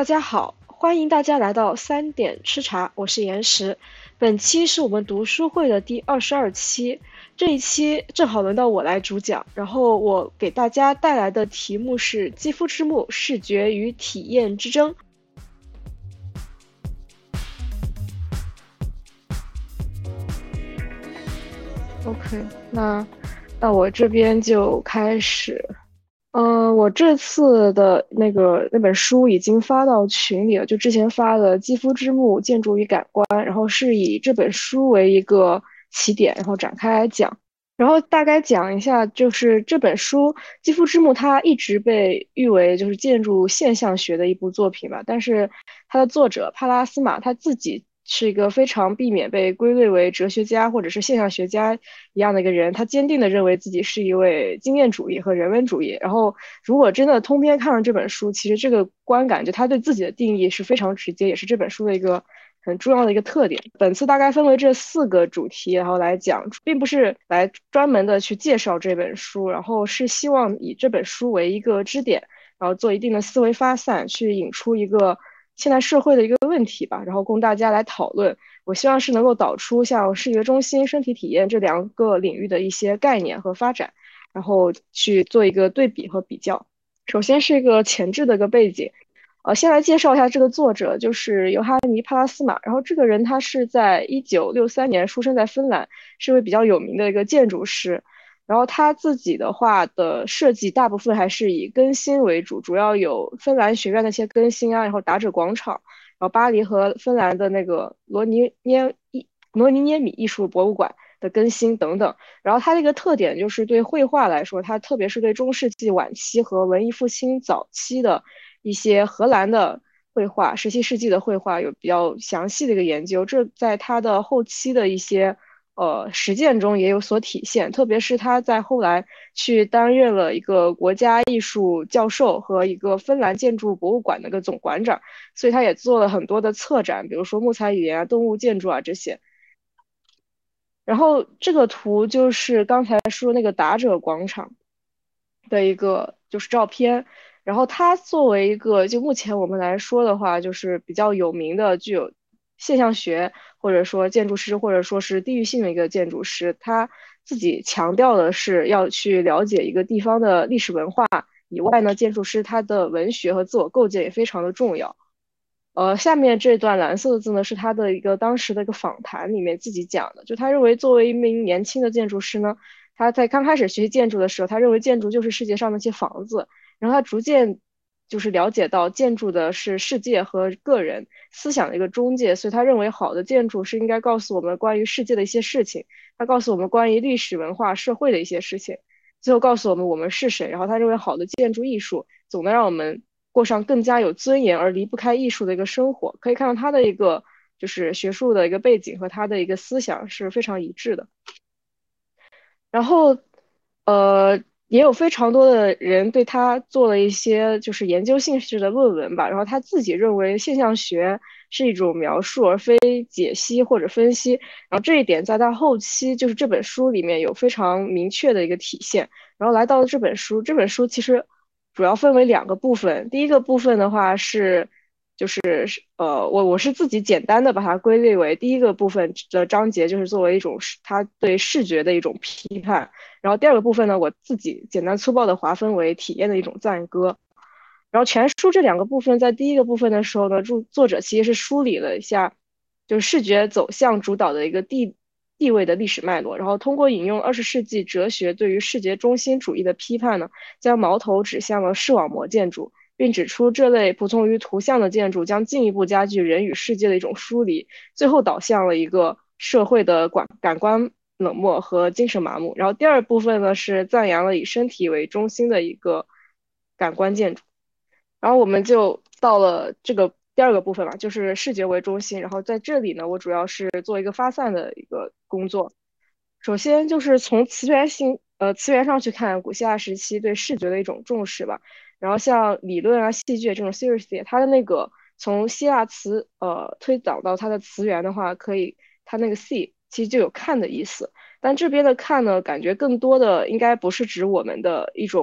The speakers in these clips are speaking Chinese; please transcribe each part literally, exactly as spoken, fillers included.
大家好，欢迎大家来到三点吃茶，我是岩石。本期是我们读书会的第二十二期，这一期正好轮到我来主讲，然后我给大家带来的题目是肌肤之幕：视觉与体验之争。OK，那那我这边就开始。嗯、呃我这次的那个那本书已经发到群里了，就之前发的《肌肤之幕：建筑与感官》，然后是以这本书为一个起点，然后展开来讲，然后大概讲一下，就是这本书《肌肤之幕》它一直被誉为就是建筑现象学的一部作品吧，但是它的作者帕拉斯玛他自己是一个非常避免被归类为哲学家或者是现象学家一样的一个人，他坚定地认为自己是一位经验主义和人文主义。然后，如果真的通篇看了这本书，其实这个观感就他对自己的定义是非常直接，也是这本书的一个很重要的一个特点。本次大概分为这四个主题，然后来讲，并不是来专门的去介绍这本书，然后是希望以这本书为一个支点，然后做一定的思维发散，去引出一个现代社会的一个问题吧，然后供大家来讨论。我希望是能够导出像视觉中心、身体体验这两个领域的一些概念和发展，然后去做一个对比和比较。首先是一个前置的一个背景，呃，先来介绍一下这个作者，就是尤哈尼·帕拉斯玛。然后这个人他是在一九六三年出生在芬兰，是一位比较有名的一个建筑师。然后他自己的话的设计大部分还是以更新为主，主要有芬兰学院的一些更新啊，然后达者广场，然后巴黎和芬兰的那个罗尼涅艺罗尼涅米艺术博物馆的更新等等。然后它的一个特点就是对绘画来说，它特别是对中世纪晚期和文艺复兴早期的一些荷兰的绘画，十七世纪的绘画有比较详细的一个研究，这在它的后期的一些呃实践中也有所体现，特别是他在后来去担任了一个国家艺术教授和一个芬兰建筑博物馆的一个总馆长，所以他也做了很多的策展，比如说木材语言啊、动物建筑啊这些。然后这个图就是刚才说那个达者广场的一个就是照片，然后它作为一个就目前我们来说的话，就是比较有名的具有现象学或者说建筑师或者说是地域性的一个建筑师，他自己强调的是要去了解一个地方的历史文化以外呢，建筑师他的文学和自我构建也非常的重要。呃，下面这段蓝色的字呢，是他的一个当时的一个访谈里面自己讲的，就他认为作为一名年轻的建筑师呢，他在刚开始学习建筑的时候，他认为建筑就是世界上那些房子，然后他逐渐就是了解到建筑的是世界和个人思想的一个中介，所以他认为好的建筑是应该告诉我们关于世界的一些事情，他告诉我们关于历史文化社会的一些事情，最后告诉我们我们是谁，然后他认为好的建筑艺术总能让我们过上更加有尊严而离不开艺术的一个生活。可以看到他的一个就是学术的一个背景和他的一个思想是非常一致的。然后，呃，也有非常多的人对他做了一些就是研究性质的论文吧。然后他自己认为现象学是一种描述而非解析或者分析。然后这一点在他后期就是这本书里面有非常明确的一个体现。然后来到了这本书，这本书其实主要分为两个部分。第一个部分的话是，就是呃，我我是自己简单的把它归类为第一个部分的章节，就是作为一种视它对视觉的一种批判。然后第二个部分呢，我自己简单粗暴的划分为体验的一种赞歌。然后全书这两个部分，在第一个部分的时候呢，作作者其实是梳理了一下，就是视觉走向主导的一个地地位的历史脉络，然后通过引用二十世纪哲学对于视觉中心主义的批判呢，将矛头指向了视网膜建筑，并指出这类服从于图像的建筑将进一步加剧人与世界的一种疏离，最后导向了一个社会的感感官冷漠和精神麻木。然后第二部分呢是赞扬了以身体为中心的一个感官建筑。然后我们就到了这个第二个部分嘛，就是视觉为中心。然后在这里呢，我主要是做一个发散的一个工作。首先就是从词源性呃词源上去看古希腊时期对视觉的一种重视吧。然后像理论啊、戏剧这种 theory，它的那个从希腊词呃推导到它的词源的话，可以它那个 see 其实就有看的意思。但这边的看呢，感觉更多的应该不是指我们的一种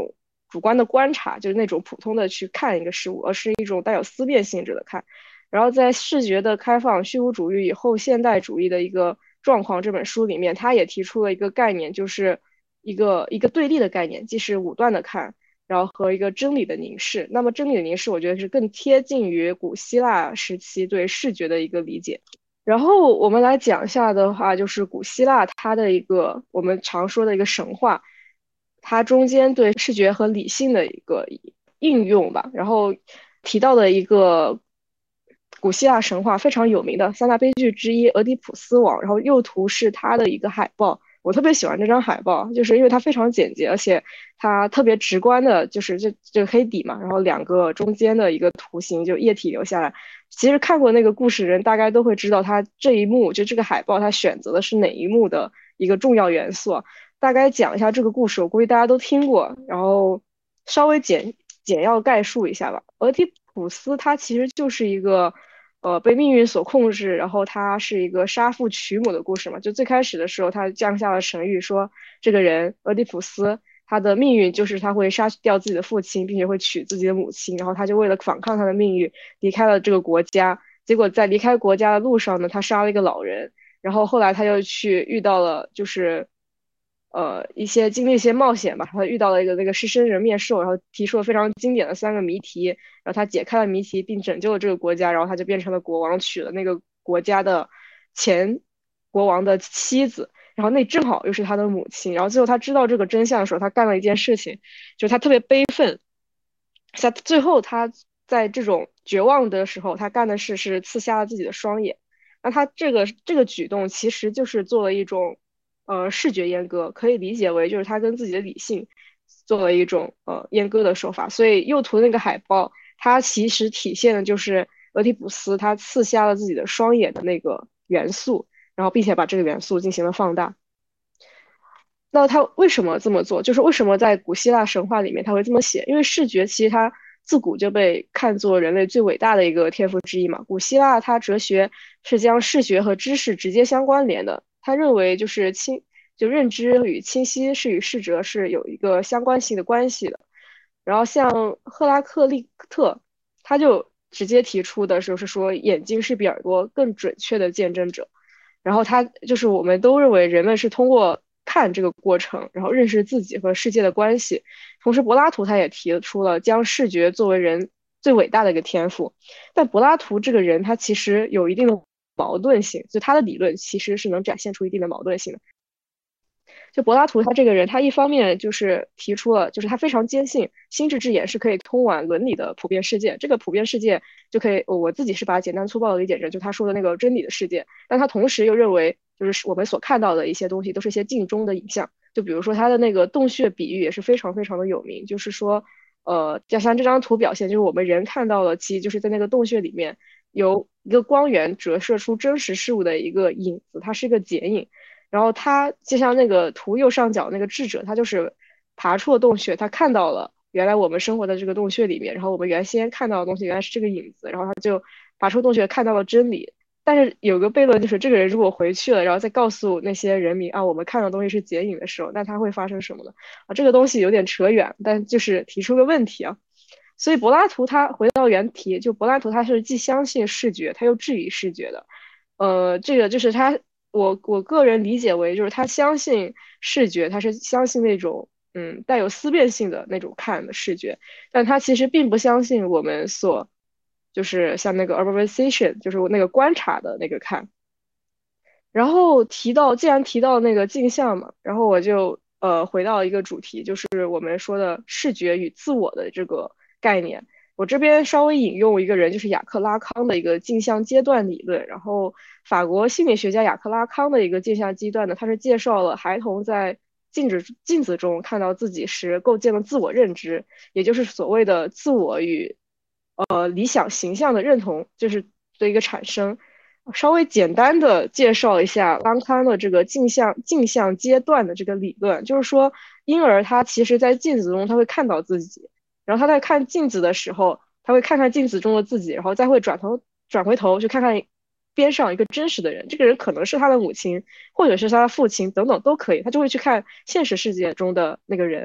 主观的观察，就是那种普通的去看一个事物，而是一种带有思辨性质的看。然后在视觉的开放、虚无主义以后现代主义的一个状况这本书里面，他也提出了一个概念，就是一个一个对立的概念，既是武断的看，然后和一个真理的凝视。那么真理的凝视，我觉得是更贴近于古希腊时期对视觉的一个理解。然后我们来讲一下的话，就是古希腊它的一个我们常说的一个神话，它中间对视觉和理性的一个应用吧。然后提到的一个古希腊神话非常有名的三大悲剧之一俄狄浦斯王，然后右图是它的一个海报。我特别喜欢这张海报，就是因为它非常简洁，而且它特别直观的，就是这这个黑底嘛，然后两个中间的一个图形就液体流下来。其实看过那个故事人大概都会知道，它这一幕就这个海报它选择的是哪一幕的一个重要元素。大概讲一下这个故事，我估计大家都听过，然后稍微简简要概述一下吧。俄狄浦斯他其实就是一个呃被命运所控制，然后他是一个杀父娶母的故事嘛。就最开始的时候，他降下了神谕，说这个人俄狄浦斯他的命运就是他会杀掉自己的父亲，并且会娶自己的母亲，然后他就为了反抗他的命运离开了这个国家。结果在离开国家的路上呢，他杀了一个老人，然后后来他又去遇到了就是呃一些经历一些冒险吧，他遇到了一个那个狮身人面兽，然后提出了非常经典的三个谜题，然后他解开了谜题并拯救了这个国家，然后他就变成了国王，娶了那个国家的前国王的妻子，然后那正好又是他的母亲，然后最后他知道这个真相的时候，他干了一件事情，就是他特别悲愤，在最后他在这种绝望的时候，他干的事是刺瞎了自己的双眼。那他这个这个举动其实就是做了一种呃视觉阉割，可以理解为就是他跟自己的理性做了一种呃阉割的手法。所以右图那个海报，它其实体现的就是俄狄浦斯他刺瞎了自己的双眼的那个元素，然后并且把这个元素进行了放大。那他为什么这么做？就是为什么在古希腊神话里面他会这么写？因为视觉其实它自古就被看作人类最伟大的一个天赋之一嘛。古希腊它哲学是将视觉和知识直接相关联的，他认为就是清就认知与清晰是与视觉是有一个相关性的关系的。然后像赫拉克利特，他就直接提出的就是说眼睛是比耳朵更准确的见证者。然后他就是我们都认为人们是通过看这个过程，然后认识自己和世界的关系。同时，柏拉图他也提出了将视觉作为人最伟大的一个天赋。但柏拉图这个人他其实有一定的矛盾性，就他的理论其实是能展现出一定的矛盾性的。就柏拉图他这个人，他一方面就是提出了，就是他非常坚信心智之眼是可以通往伦理的普遍世界，这个普遍世界就可以，我自己是把它简单粗暴的理解成就他说的那个真理的世界，但他同时又认为，就是我们所看到的一些东西都是一些镜中的影像，就比如说他的那个洞穴比喻也是非常非常的有名，就是说，呃，就像这张图表现，就是我们人看到了，其实就是在那个洞穴里面有一个光源折射出真实事物的一个影子，它是一个剪影。然后他就像那个图右上角那个智者，他就是爬出了洞穴，他看到了原来我们生活在这个洞穴里面，然后我们原先看到的东西原来是这个影子，然后他就爬出洞穴看到了真理。但是有个悖论就是，这个人如果回去了，然后再告诉那些人民啊，我们看到的东西是剪影的时候，那他会发生什么呢？啊，这个东西有点扯远，但就是提出个问题啊。所以柏拉图他回到原题，就柏拉图他是既相信视觉，他又质疑视觉的。呃，这个就是他，我我个人理解为，就是他相信视觉，他是相信那种嗯带有思辨性的那种看的视觉，但他其实并不相信我们所就是像那个 observation，就是那个观察的那个看。然后提到，既然提到那个镜像嘛，然后我就呃回到一个主题，就是我们说的视觉与自我的这个概念。我这边稍微引用一个人，就是雅克拉康的一个镜像阶段理论。然后法国心理学家雅克拉康的一个镜像阶段呢，他是介绍了孩童在镜子镜子中看到自己时构建了自我认知，也就是所谓的自我与呃理想形象的认同，就是的一个产生。稍微简单的介绍一下拉康的这个镜像镜像阶段的这个理论，就是说婴儿他其实在镜子中他会看到自己，然后他在看镜子的时候，他会看看镜子中的自己，然后再会转头转回头去看看边上一个真实的人，这个人可能是他的母亲，或者是他的父亲等等都可以，他就会去看现实世界中的那个人。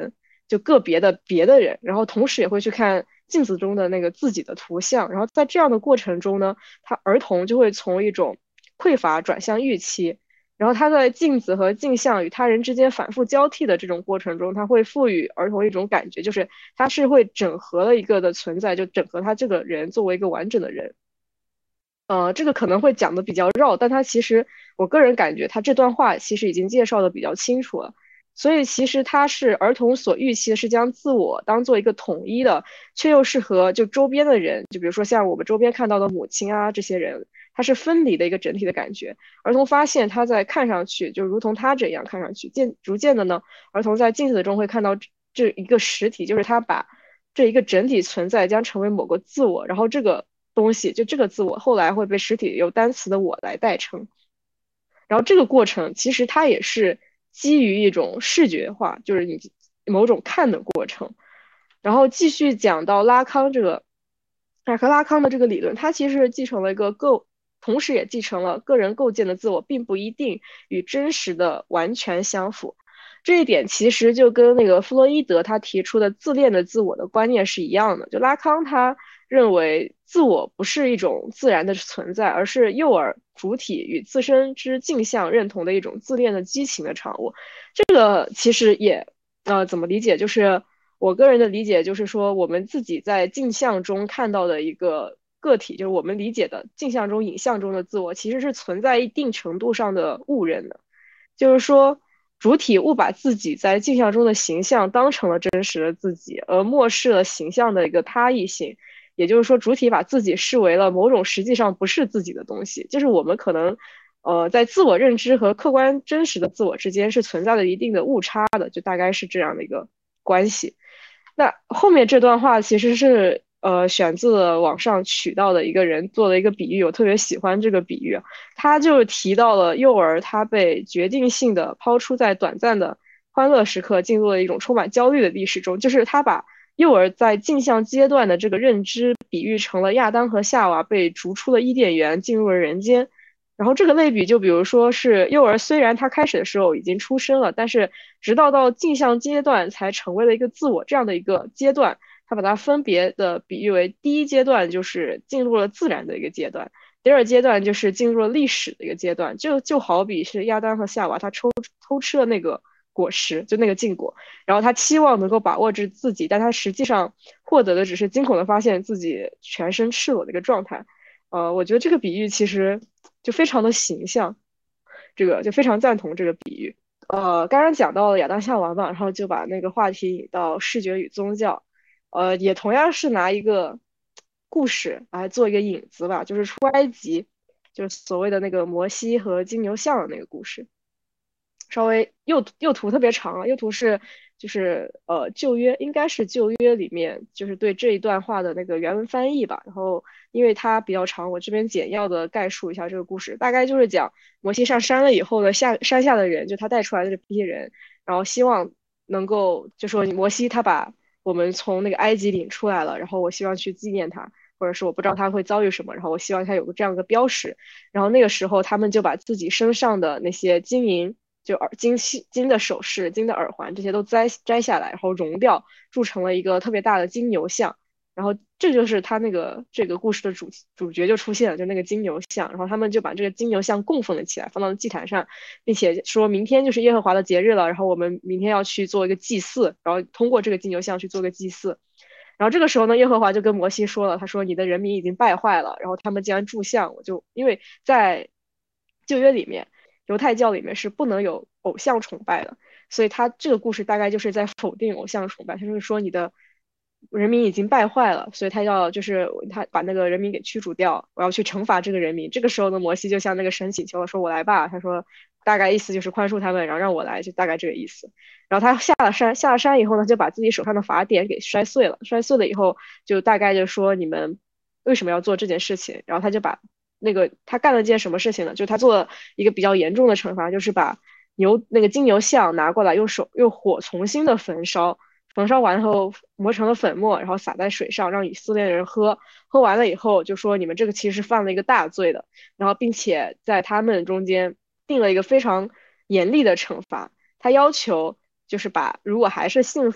就个别的别的人，然后同时也会去看镜子中的那个自己的图像，然后在这样的过程中呢，他儿童就会从一种匮乏转向预期。然后他在镜子和镜像与他人之间反复交替的这种过程中，他会赋予儿童一种感觉，就是他是会整合了一个的存在，就整合他这个人作为一个完整的人。呃，这个可能会讲的比较绕，但他其实我个人感觉他这段话其实已经介绍的比较清楚了。所以其实他是儿童所预期的是将自我当做一个统一的，却又是和就周边的人，就比如说像我们周边看到的母亲啊这些人，他是分离的一个整体的感觉。儿童发现他在看上去就如同他这样看上去，渐逐渐的呢，儿童在镜子中会看到这这一个实体，就是他把这一个整体存在将成为某个自我，然后这个东西就这个自我后来会被实体由单词的我来代称。然后这个过程其实它也是基于一种视觉化，就是你某种看的过程。然后继续讲到拉康这个，马克拉康的这个理论，它其实继承了一个构，同时也继承了个人构建的自我，并不一定与真实的完全相符。这一点其实就跟那个弗洛伊德他提出的自恋的自我的观念是一样的。就拉康他认为自我不是一种自然的存在，而是幼儿主体与自身之镜像认同的一种自恋的激情的产物。这个其实也呃怎么理解？就是我个人的理解就是说，我们自己在镜像中看到的一个个体，就是我们理解的镜像中、影像中的自我，其实是存在一定程度上的误认的。就是说，主体误把自己在镜像中的形象当成了真实的自己，而漠视了形象的一个他异性。也就是说，主体把自己视为了某种实际上不是自己的东西，就是我们可能，呃，在自我认知和客观真实的自我之间是存在着一定的误差的，就大概是这样的一个关系。那后面这段话其实是呃选自了网上取到的一个人做的一个比喻，我特别喜欢这个比喻。他就提到了幼儿他被决定性的抛出在短暂的欢乐时刻，进入了一种充满焦虑的历史中，就是他把幼儿在镜像阶段的这个认知比喻成了亚当和夏娃被逐出了伊甸园，进入了人间。然后这个类比就比如说是幼儿虽然他开始的时候已经出生了，但是直到到镜像阶段才成为了一个自我这样的一个阶段，他把它分别的比喻为第一阶段就是进入了自然的一个阶段，第二阶段就是进入了历史的一个阶段，就就好比是亚当和夏娃他抽偷吃了那个果实，就那个禁果，然后他期望能够把握住自己，但他实际上获得的只是惊恐的发现自己全身赤裸的一个状态。呃，我觉得这个比喻其实就非常的形象，这个就非常赞同这个比喻。呃，刚刚讲到了亚当夏娃嘛，然后就把那个话题引到视觉与宗教，呃，也同样是拿一个故事来做一个引子吧，就是出埃及，就是所谓的那个摩西和金牛像的那个故事。稍微右右图特别长啊，右图是就是呃旧约应该是旧约里面就是对这一段话的那个原文翻译吧。然后因为它比较长，我这边简要的概述一下这个故事，大概就是讲摩西上山了以后呢，下山下的人就他带出来的这批人，然后希望能够就说摩西他把我们从那个埃及领出来了，然后我希望去纪念他。或者是我不知道他会遭遇什么，然后我希望他有个这样一个标识，然后那个时候他们就把自己身上的那些金银就耳金器、金的首饰、金的耳环这些都摘摘下来，然后熔掉，铸成了一个特别大的金牛像。然后这就是他那个这个故事的主主角就出现了，就那个金牛像。然后他们就把这个金牛像供奉了起来，放到祭坛上，并且说明天就是耶和华的节日了，然后我们明天要去做一个祭祀，然后通过这个金牛像去做个祭祀。然后这个时候呢，耶和华就跟摩西说了，他说你的人民已经败坏了，然后他们既然铸像，我就因为在旧约里面，犹太教里面是不能有偶像崇拜的，所以他这个故事大概就是在否定偶像崇拜，他就是说你的人民已经败坏了，所以他要就是他把那个人民给驱逐掉，我要去惩罚这个人民。这个时候呢，摩西就向那个神请求了，说我来吧，他说大概意思就是宽恕他们，然后让我来，就大概这个意思。然后他下了山，下了山以后呢，就把自己手上的法典给摔碎了。摔碎了以后，就大概就说你们为什么要做这件事情？然后他就把那个他干了件什么事情呢？就他做了一个比较严重的惩罚，就是把牛那个金牛像拿过来，用手用火重新的焚烧，焚烧完后磨成了粉末，然后洒在水上，让以色列人喝。喝完了以后，就说你们这个其实犯了一个大罪的，然后并且在他们中间定了一个非常严厉的惩罚。他要求就是把如果还是信奉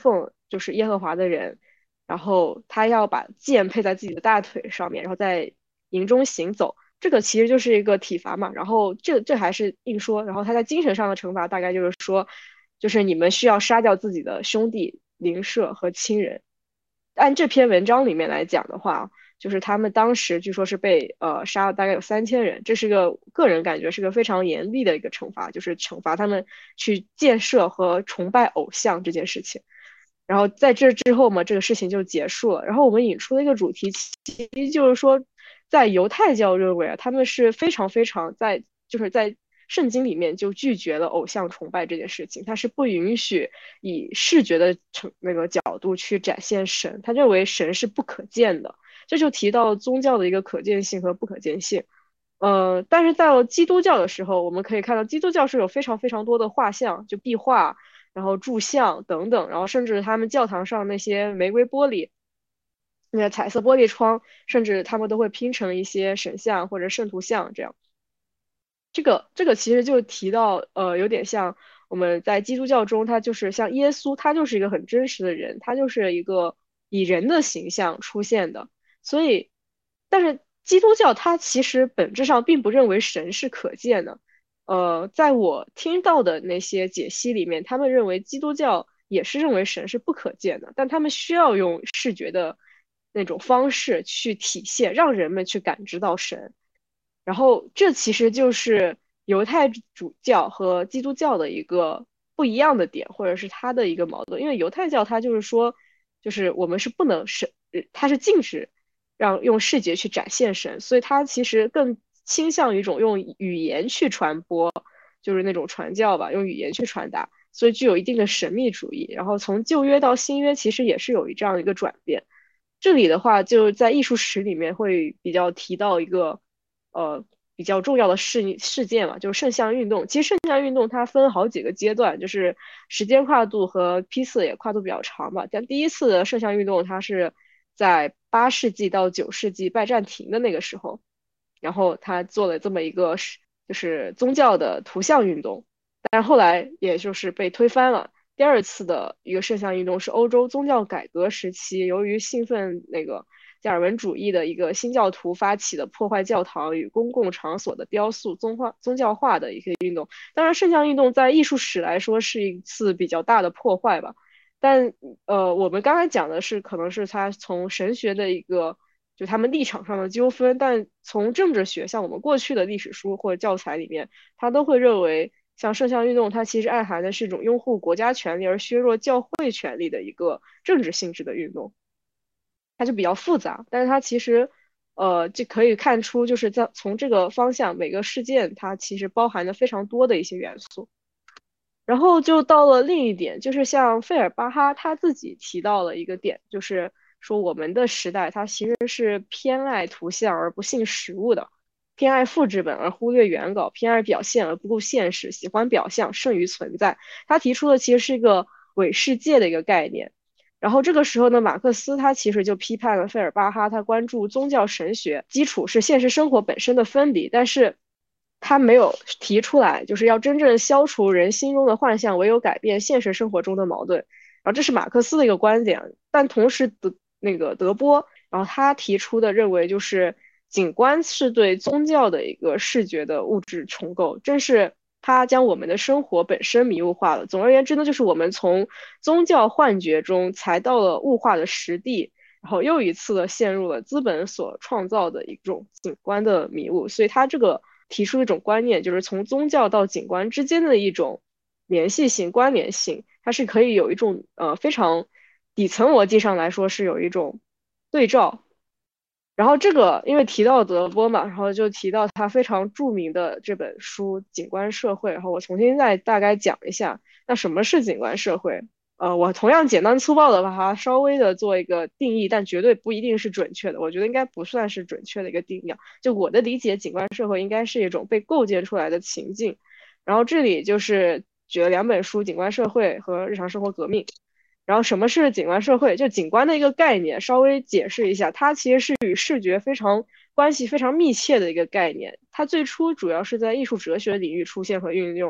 就是耶和华的人，然后他要把剑配在自己的大腿上面，然后在营中行走。这个其实就是一个体罚嘛，然后这这还是硬说，然后他在精神上的惩罚大概就是说，就是你们需要杀掉自己的兄弟、邻舍和亲人。按这篇文章里面来讲的话，就是他们当时据说是被呃杀了大概有三千人，这是个个人感觉是个非常严厉的一个惩罚，就是惩罚他们去建设和崇拜偶像这件事情。然后在这之后嘛，这个事情就结束了。然后我们引出了一个主题，其实就是说，在犹太教认为啊，他们是非常非常在就是在圣经里面就拒绝了偶像崇拜这件事情，他是不允许以视觉的成那个角度去展现神，他认为神是不可见的，这就提到宗教的一个可见性和不可见性。呃，但是到了基督教的时候，我们可以看到基督教是有非常非常多的画像，就壁画，然后柱像等等，然后甚至他们教堂上那些玫瑰玻璃、那个彩色玻璃窗，甚至他们都会拼成一些神像或者圣徒像这样。这个这个其实就提到，呃，有点像我们在基督教中，他就是像耶稣，他就是一个很真实的人，他就是一个以人的形象出现的。所以，但是基督教它其实本质上并不认为神是可见的。呃，在我听到的那些解析里面，他们认为基督教也是认为神是不可见的，但他们需要用视觉的那种方式去体现，让人们去感知到神。然后这其实就是犹太主教和基督教的一个不一样的点，或者是它的一个矛盾。因为犹太教它就是说，就是我们是不能神，呃它是禁止让用视觉去展现神，所以它其实更倾向于一种用语言去传播，就是那种传教吧，用语言去传达，所以具有一定的神秘主义。然后从旧约到新约，其实也是有这样一个转变。这里的话，就在艺术史里面会比较提到一个呃比较重要的事事件嘛，就是圣像运动。其实圣像运动它分好几个阶段，就是时间跨度和批次也跨度比较长吧。但第一次的圣像运动，它是在八世纪到九世纪拜占庭的那个时候，然后他做了这么一个是就是宗教的图像运动，但是后来也就是被推翻了。第二次的一个圣像运动是欧洲宗教改革时期，由于兴奋那个加尔文主义的一个新教徒发起的破坏教堂与公共场所的雕塑、宗化宗教化的一个运动。当然，圣像运动在艺术史来说是一次比较大的破坏吧。但呃，我们刚才讲的是可能是他从神学的一个就他们立场上的纠纷，但从政治学，像我们过去的历史书或者教材里面，他都会认为。像圣像运动，它其实暗含的是一种拥护国家权力而削弱教会权力的一个政治性质的运动，它就比较复杂。但是它其实，呃，就可以看出，就是在从这个方向，每个事件它其实包含了非常多的一些元素。然后就到了另一点，就是像费尔巴哈他自己提到了一个点，就是说我们的时代它其实是偏爱图像而不信实物的。偏爱复制本而忽略原稿，偏爱表现而不顾现实，喜欢表象胜于存在。他提出的其实是一个伪世界的一个概念。然后这个时候呢，马克思他其实就批判了费尔巴哈，他关注宗教神学基础是现实生活本身的分离，但是他没有提出来，就是要真正消除人心中的幻象，唯有改变现实生活中的矛盾。然后这是马克思的一个观点，但同时德那个德波，然后他提出的认为就是景观是对宗教的一个视觉的物质重构，正是它将我们的生活本身迷雾化了。总而言之呢，就是我们从宗教幻觉中才到了物化的实地，然后又一次的陷入了资本所创造的一种景观的迷雾。所以他这个提出一种观念，就是从宗教到景观之间的一种联系性、关联性，它是可以有一种呃非常底层逻辑上来说是有一种对照。然后这个因为提到德波嘛，然后就提到他非常著名的这本书《景观社会》，然后我重新再大概讲一下，那什么是景观社会？呃，我同样简单粗暴的把它稍微的做一个定义，但绝对不一定是准确的，我觉得应该不算是准确的一个定义啊。就我的理解，景观社会应该是一种被构建出来的情境。然后这里就是举了两本书，《景观社会》和《日常生活革命》。然后什么是景观社会？就景观的一个概念，稍微解释一下，它其实是与视觉非常关系非常密切的一个概念。它最初主要是在艺术哲学领域出现和运用，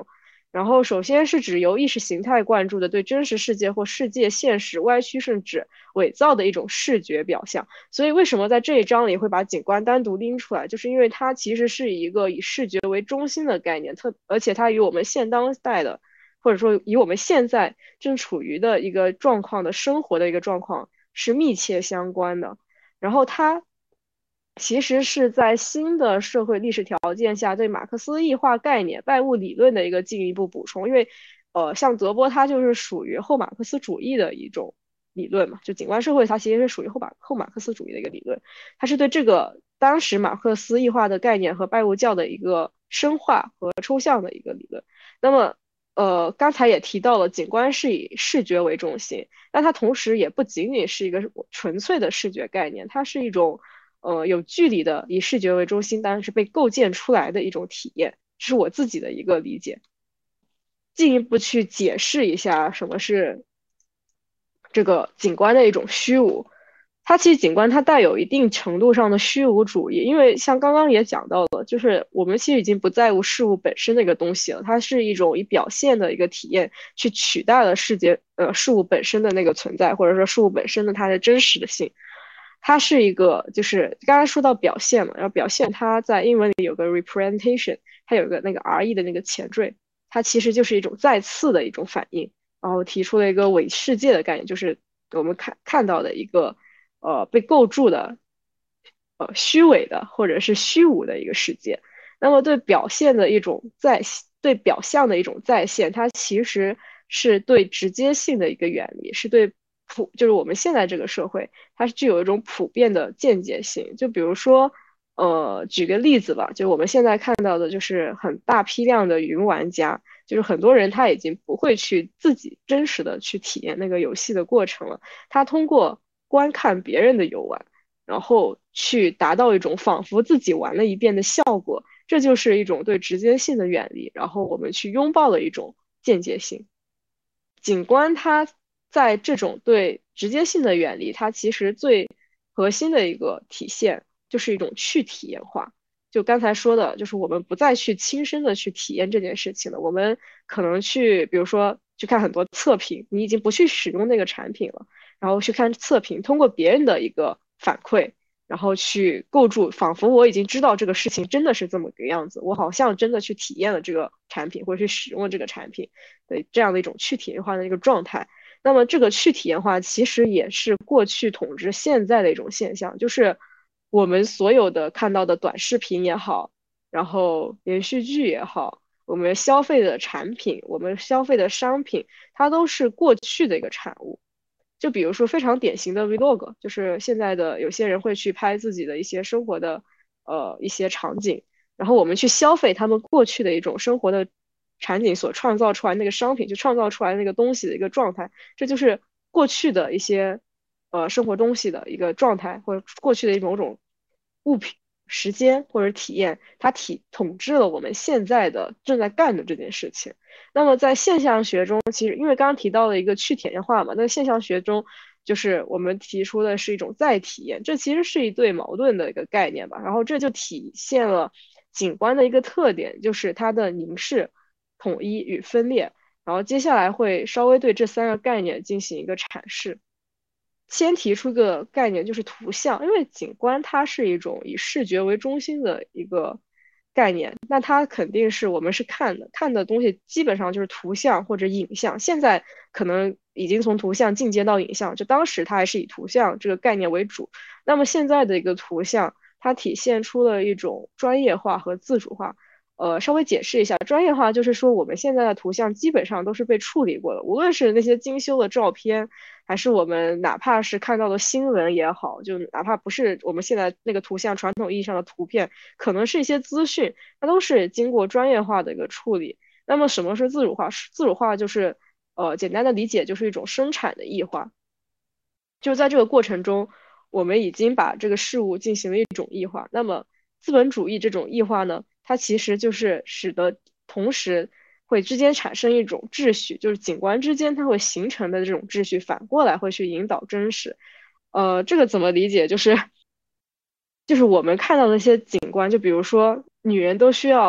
然后首先是指由意识形态灌注的对真实世界或世界现实歪曲甚至伪造的一种视觉表象。所以为什么在这一章里会把景观单独拎出来，就是因为它其实是一个以视觉为中心的概念，特而且它与我们现当代的或者说以我们现在正处于的一个状况的生活的一个状况是密切相关的。然后它其实是在新的社会历史条件下对马克思异化概念、拜物理论的一个进一步补充。因为，呃，像德波它就是属于后马克思主义的一种理论嘛，就景观社会它其实是属于后马后马克思主义的一个理论，它是对这个当时马克思异化的概念和拜物教的一个深化和抽象的一个理论。那么，呃，刚才也提到了，景观是以视觉为中心，但它同时也不仅仅是一个纯粹的视觉概念，它是一种呃有距离的以视觉为中心，当然是被构建出来的一种体验，这是我自己的一个理解。进一步去解释一下什么是这个景观的一种虚无。它其实景观它带有一定程度上的虚无主义，因为像刚刚也讲到了，就是我们其实已经不在乎事物本身的一个东西了，它是一种以表现的一个体验去取代了世界呃事物本身的那个存在，或者说事物本身的它的真实的性。它是一个就是刚刚说到表现嘛，然后表现它在英文里有个 representation，它有个那个 R E 的那个前缀，它其实就是一种再次的一种反应。然后提出了一个伪世界的概念，就是我们看看到的一个呃被构筑的呃虚伪的或者是虚无的一个世界。那么对表现的一种再对表象的一种再现，它其实是对直接性的一个远离，是对普就是我们现在这个社会，它是具有一种普遍的间接性。就比如说。呃，举个例子吧，就我们现在看到的，就是很大批量的云玩家，就是很多人他已经不会去自己真实的去体验那个游戏的过程了，他通过观看别人的游玩，然后去达到一种仿佛自己玩了一遍的效果，这就是一种对直接性的远离，然后我们去拥抱的一种间接性。景观它在这种对直接性的远离，它其实最核心的一个体现就是一种去体验化。就刚才说的，就是我们不再去亲身的去体验这件事情了，我们可能去，比如说去看很多测评，你已经不去使用那个产品了，然后去看测评，通过别人的一个反馈，然后去构筑，仿佛我已经知道这个事情真的是这么个样子，我好像真的去体验了这个产品，或者去使用了这个产品的这样的一种去体验化的一个状态。那么这个去体验化其实也是过去统治现在的一种现象，就是我们所有的看到的短视频也好，然后连续剧也好，我们消费的产品，我们消费的商品，它都是过去的一个产物。就比如说非常典型的 vlog，就是现在的有些人会去拍自己的一些生活的呃一些场景，然后我们去消费他们过去的一种生活的场景所创造出来那个商品，就创造出来那个东西的一个状态，这就是过去的一些呃生活东西的一个状态，或者过去的一某种物品。时间或者体验，它体统治了我们现在的正在干的这件事情。那么在现象学中，其实因为刚刚提到了一个去体验化嘛，那现象学中就是我们提出的是一种再体验，这其实是一对矛盾的一个概念吧。然后这就体现了景观的一个特点，就是它的凝视、统一与分裂。然后接下来会稍微对这三个概念进行一个阐释。先提出个概念，就是图像，因为景观它是一种以视觉为中心的一个概念，那它肯定是我们是看的，看的东西基本上就是图像或者影像。现在可能已经从图像进阶到影像，就当时它还是以图像这个概念为主。那么现在的一个图像，它体现出了一种专业化和自主化。呃，稍微解释一下，专业化就是说我们现在的图像基本上都是被处理过的，无论是那些精修的照片，还是我们哪怕是看到的新闻也好，就哪怕不是我们现在那个图像传统意义上的图片，可能是一些资讯，它都是经过专业化的一个处理。那么什么是自主化？自主化就是呃简单的理解就是一种生产的异化，就在这个过程中，我们已经把这个事物进行了一种异化。那么资本主义这种异化呢，它其实就是使得同时会之间产生一种秩序，就是景观之间它会形成的这种秩序，反过来会去引导真实。呃，这个怎么理解？就是就是我们看到的那些景观，就比如说女人都需要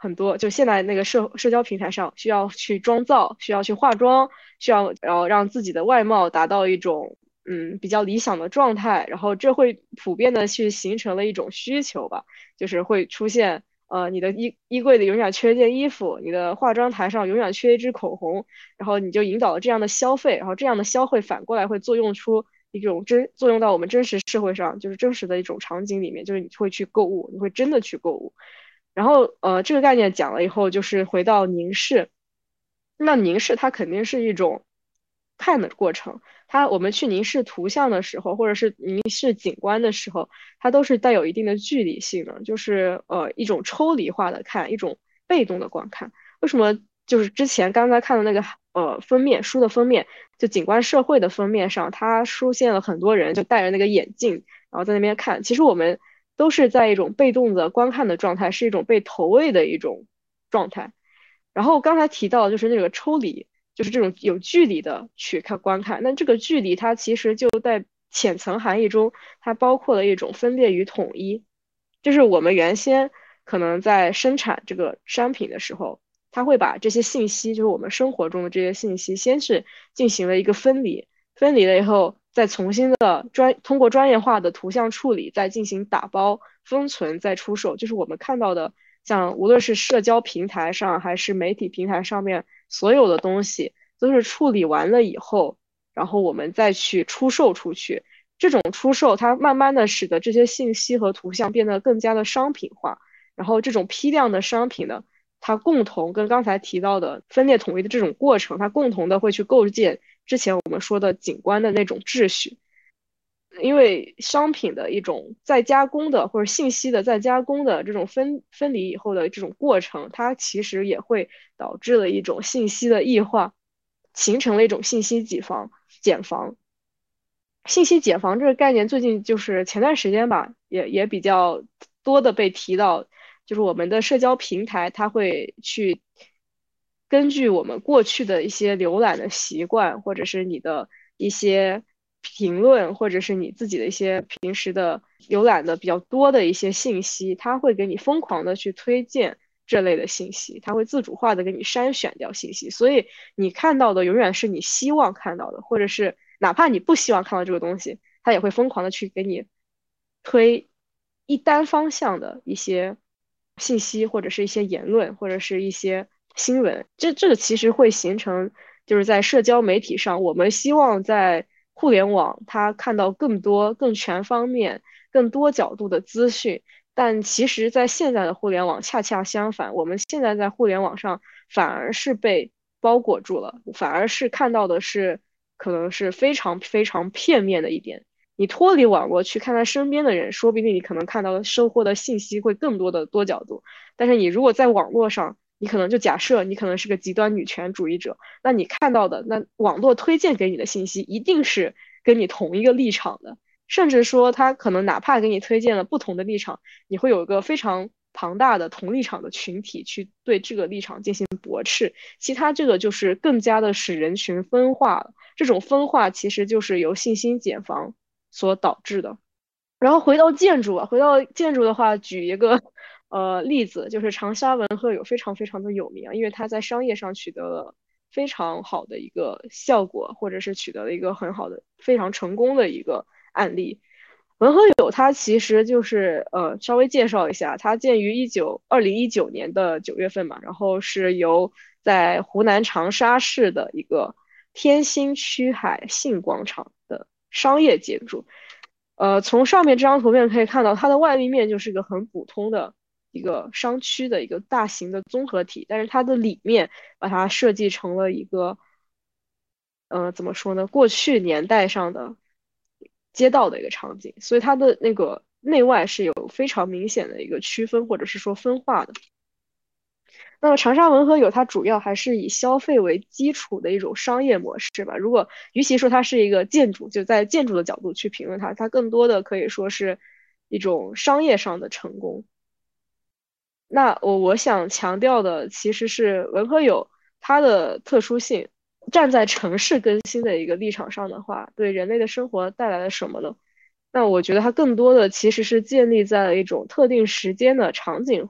很多，就现在那个社社交平台上需要去妆造，需要去化妆，需要然后让自己的外貌达到一种嗯比较理想的状态，然后这会普遍的去形成了一种需求吧，就是会出现呃你的衣衣柜里永远缺一件衣服，你的化妆台上永远缺一支口红，然后你就引导了这样的消费，然后这样的消费反过来会作用出一种真作用到我们真实社会上，就是真实的一种场景里面，就是你会去购物，你会真的去购物。然后呃，这个概念讲了以后，就是回到凝视，那凝视它肯定是一种看的过程。它我们去凝视图像的时候，或者是凝视景观的时候，它都是带有一定的距离性的，就是呃一种抽离化的看，一种被动的观看。为什么？就是之前刚才看的那个呃封面书的封面，就景观社会的封面上，它出现了很多人就戴着那个眼镜，然后在那边看。其实我们都是在一种被动的观看的状态，是一种被投喂的一种状态。然后刚才提到的就是那个抽离，就是这种有距离的去看观看。那这个距离它其实就在浅层含义中，它包括了一种分裂与统一。就是我们原先可能在生产这个商品的时候，它会把这些信息，就是我们生活中的这些信息，先是进行了一个分离，分离了以后，再重新的专通过专业化的图像处理，再进行打包、封存、再出售。就是我们看到的，像无论是社交平台上还是媒体平台上面所有的东西，都是处理完了以后，然后我们再去出售出去。这种出售，它慢慢的使得这些信息和图像变得更加的商品化，然后这种批量的商品呢，它共同跟刚才提到的分裂统一的这种过程，它共同的会去构建之前我们说的景观的那种秩序。因为商品的一种再加工的或者信息的再加工的这种分分离以后的这种过程，它其实也会导致了一种信息的异化，形成了一种信息茧房。茧房。信息茧房这个概念最近就是前段时间吧，也也比较多的被提到，就是我们的社交平台它会去根据我们过去的一些浏览的习惯，或者是你的一些评论，或者是你自己的一些平时的浏览的比较多的一些信息，它会给你疯狂的去推荐这类的信息，它会自主化的给你筛选掉信息，所以你看到的永远是你希望看到的，或者是哪怕你不希望看到这个东西，它也会疯狂的去给你推一单方向的一些信息，或者是一些言论，或者是一些新闻。这这个其实会形成，就是在社交媒体上，我们希望在互联网它看到更多、更全方面、更多角度的资讯。但其实，在现在的互联网恰恰相反，我们现在在互联网上反而是被包裹住了，反而是看到的是可能是非常非常片面的一点。你脱离网络去看看身边的人，说不定你可能看到的收获的信息会更多的多角度。但是你如果在网络上，你可能就假设你可能是个极端女权主义者，那你看到的那网络推荐给你的信息一定是跟你同一个立场的，甚至说他可能哪怕给你推荐了不同的立场，你会有一个非常庞大的同立场的群体去对这个立场进行驳斥。其他这个就是更加的使人群分化了，这种分化其实就是由信息茧房所导致的。然后回到建筑啊，回到建筑的话，举一个呃例子，就是长沙文和友非常非常的有名啊，因为它在商业上取得了非常好的一个效果，或者是取得了一个很好的、非常成功的一个案例。文和友它其实就是呃稍微介绍一下，它建于一九二零一九年的九月份嘛，然后是由在湖南长沙市的一个天星区海信广场的商业建筑。呃，从上面这张图片可以看到，它的外立面就是一个很普通的一个商区的一个大型的综合体，但是它的里面把它设计成了一个，呃，怎么说呢？过去年代上的街道的一个场景，所以它的那个内外是有非常明显的一个区分，或者是说分化的。那么长沙文和友它主要还是以消费为基础的一种商业模式吧。如果与其说它是一个建筑，就在建筑的角度去评论它，它更多的可以说是一种商业上的成功。那我我想强调的其实是文和友它的特殊性。站在城市更新的一个立场上的话，对人类的生活带来了什么呢？那我觉得它更多的其实是建立在了一种特定时间的场景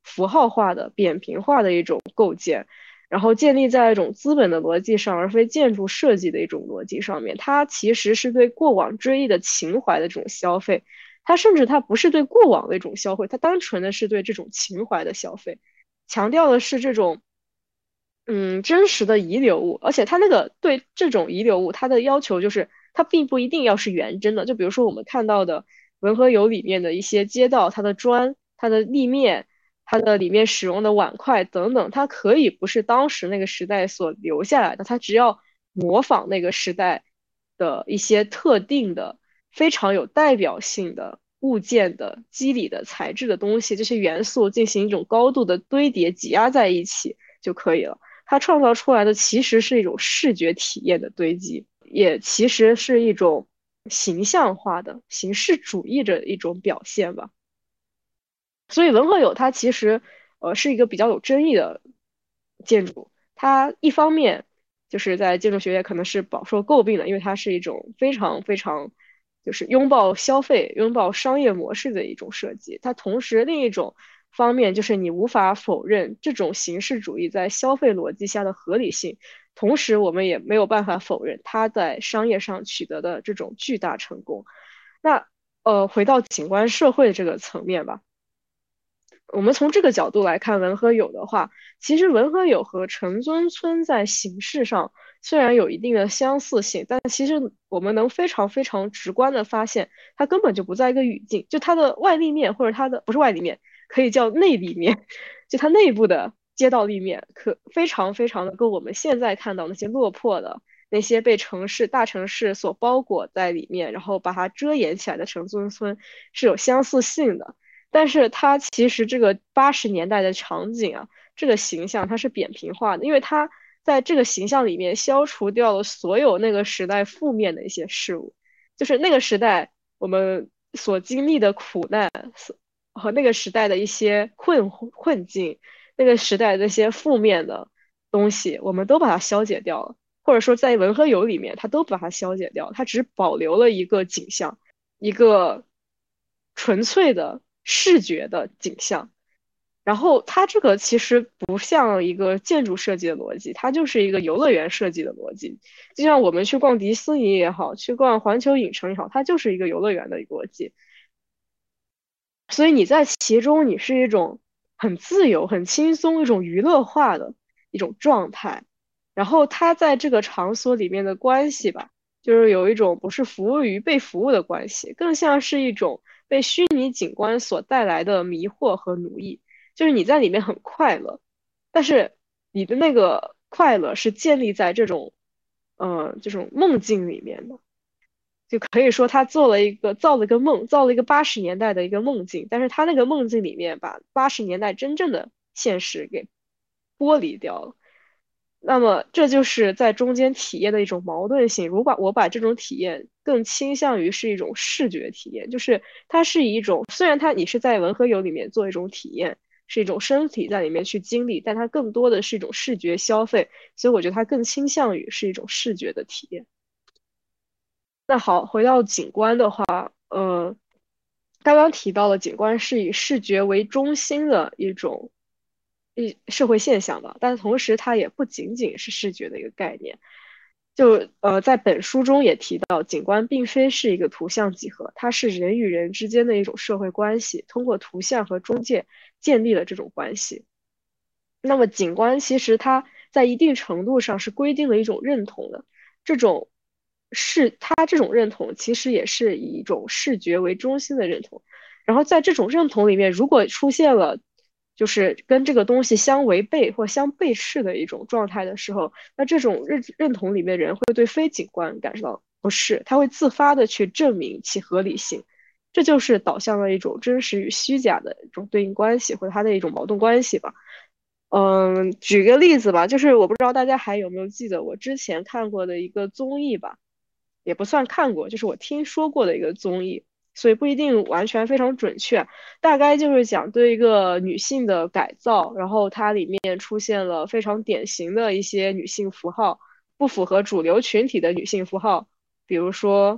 符号化的、扁平化的一种构建，然后建立在一种资本的逻辑上，而非建筑设计的一种逻辑上面。它其实是对过往追忆的情怀的这种消费，它甚至它不是对过往的一种消费，它单纯的是对这种情怀的消费，强调的是这种。嗯，真实的遗留物，而且它那个对这种遗留物，它的要求就是它并不一定要是原真的。就比如说我们看到的文和友里面的一些街道，它的砖、它的立面、它的里面使用的碗筷等等，它可以不是当时那个时代所留下来的，它只要模仿那个时代的一些特定的、非常有代表性的物件的肌理的材质的东西，这些元素进行一种高度的堆叠挤压在一起就可以了。它创造出来的其实是一种视觉体验的堆积，也其实是一种形象化的形式主义的一种表现吧。所以文和友它其实呃是一个比较有争议的建筑，它一方面就是在建筑学界可能是饱受诟病的，因为它是一种非常非常就是拥抱消费、拥抱商业模式的一种设计。它同时另一种方面就是你无法否认这种形式主义在消费逻辑下的合理性，同时我们也没有办法否认它在商业上取得的这种巨大成功。那呃，回到景观社会这个层面吧。我们从这个角度来看文和友的话，其实文和友和城尊村在形式上虽然有一定的相似性，但其实我们能非常非常直观的发现，它根本就不在一个语境，就它的外立面或者它的不是外立面，可以叫内立面，就它内部的街道立面，可非常非常的跟我们现在看到那些落魄的那些被城市大城市所包裹在里面，然后把它遮掩起来的城尊村是有相似性的。但是它其实这个八十年代的场景啊，这个形象它是扁平化的，因为它在这个形象里面消除掉了所有那个时代负面的一些事物，就是那个时代我们所经历的苦难和那个时代的一些困困境，那个时代的一些负面的东西，我们都把它消解掉了，或者说在文和友里面，它都把它消解掉，它只保留了一个景象。一个纯粹的视觉的景象。然后它这个其实不像一个建筑设计的逻辑，它就是一个游乐园设计的逻辑。就像我们去逛迪士尼也好，去逛环球影城也好，它就是一个游乐园的逻辑。所以你在其中，你是一种很自由、很轻松、一种娱乐化的一种状态。然后它在这个场所里面的关系吧，就是有一种不是服务于被服务的关系，更像是一种被虚拟景观所带来的迷惑和奴役。就是你在里面很快乐，但是你的那个快乐是建立在这种，呃，这种梦境里面的。就可以说他做了一个造了一个梦，造了一个八十年代的一个梦境，但是他那个梦境里面把八十年代真正的现实给剥离掉了。那么这就是在中间体验的一种矛盾性。如果我把这种体验更倾向于是一种视觉体验，就是它是以一种虽然它你是在文和友里面做一种体验，是一种身体在里面去经历，但它更多的是一种视觉消费，所以我觉得它更倾向于是一种视觉的体验。那好，回到景观的话，呃，刚刚提到了景观是以视觉为中心的一种一社会现象吧，但同时它也不仅仅是视觉的一个概念。就呃，在本书中也提到，景观并非是一个图像几何，它是人与人之间的一种社会关系，通过图像和中介建立了这种关系。那么景观其实它在一定程度上是规定了一种认同的，这种是它这种认同其实也是以一种视觉为中心的认同。然后在这种认同里面，如果出现了就是跟这个东西相违背或相背斥的一种状态的时候，那这种认认同里面人会对非景观感受到不适，他会自发的去证明其合理性。这就是导向了一种真实与虚假的一种对应关系，或者它的一种矛盾关系吧。嗯，举个例子吧，就是我不知道大家还有没有记得我之前看过的一个综艺吧，也不算看过，就是我听说过的一个综艺，所以不一定完全非常准确。大概就是讲对一个女性的改造，然后它里面出现了非常典型的一些女性符号，不符合主流群体的女性符号，比如说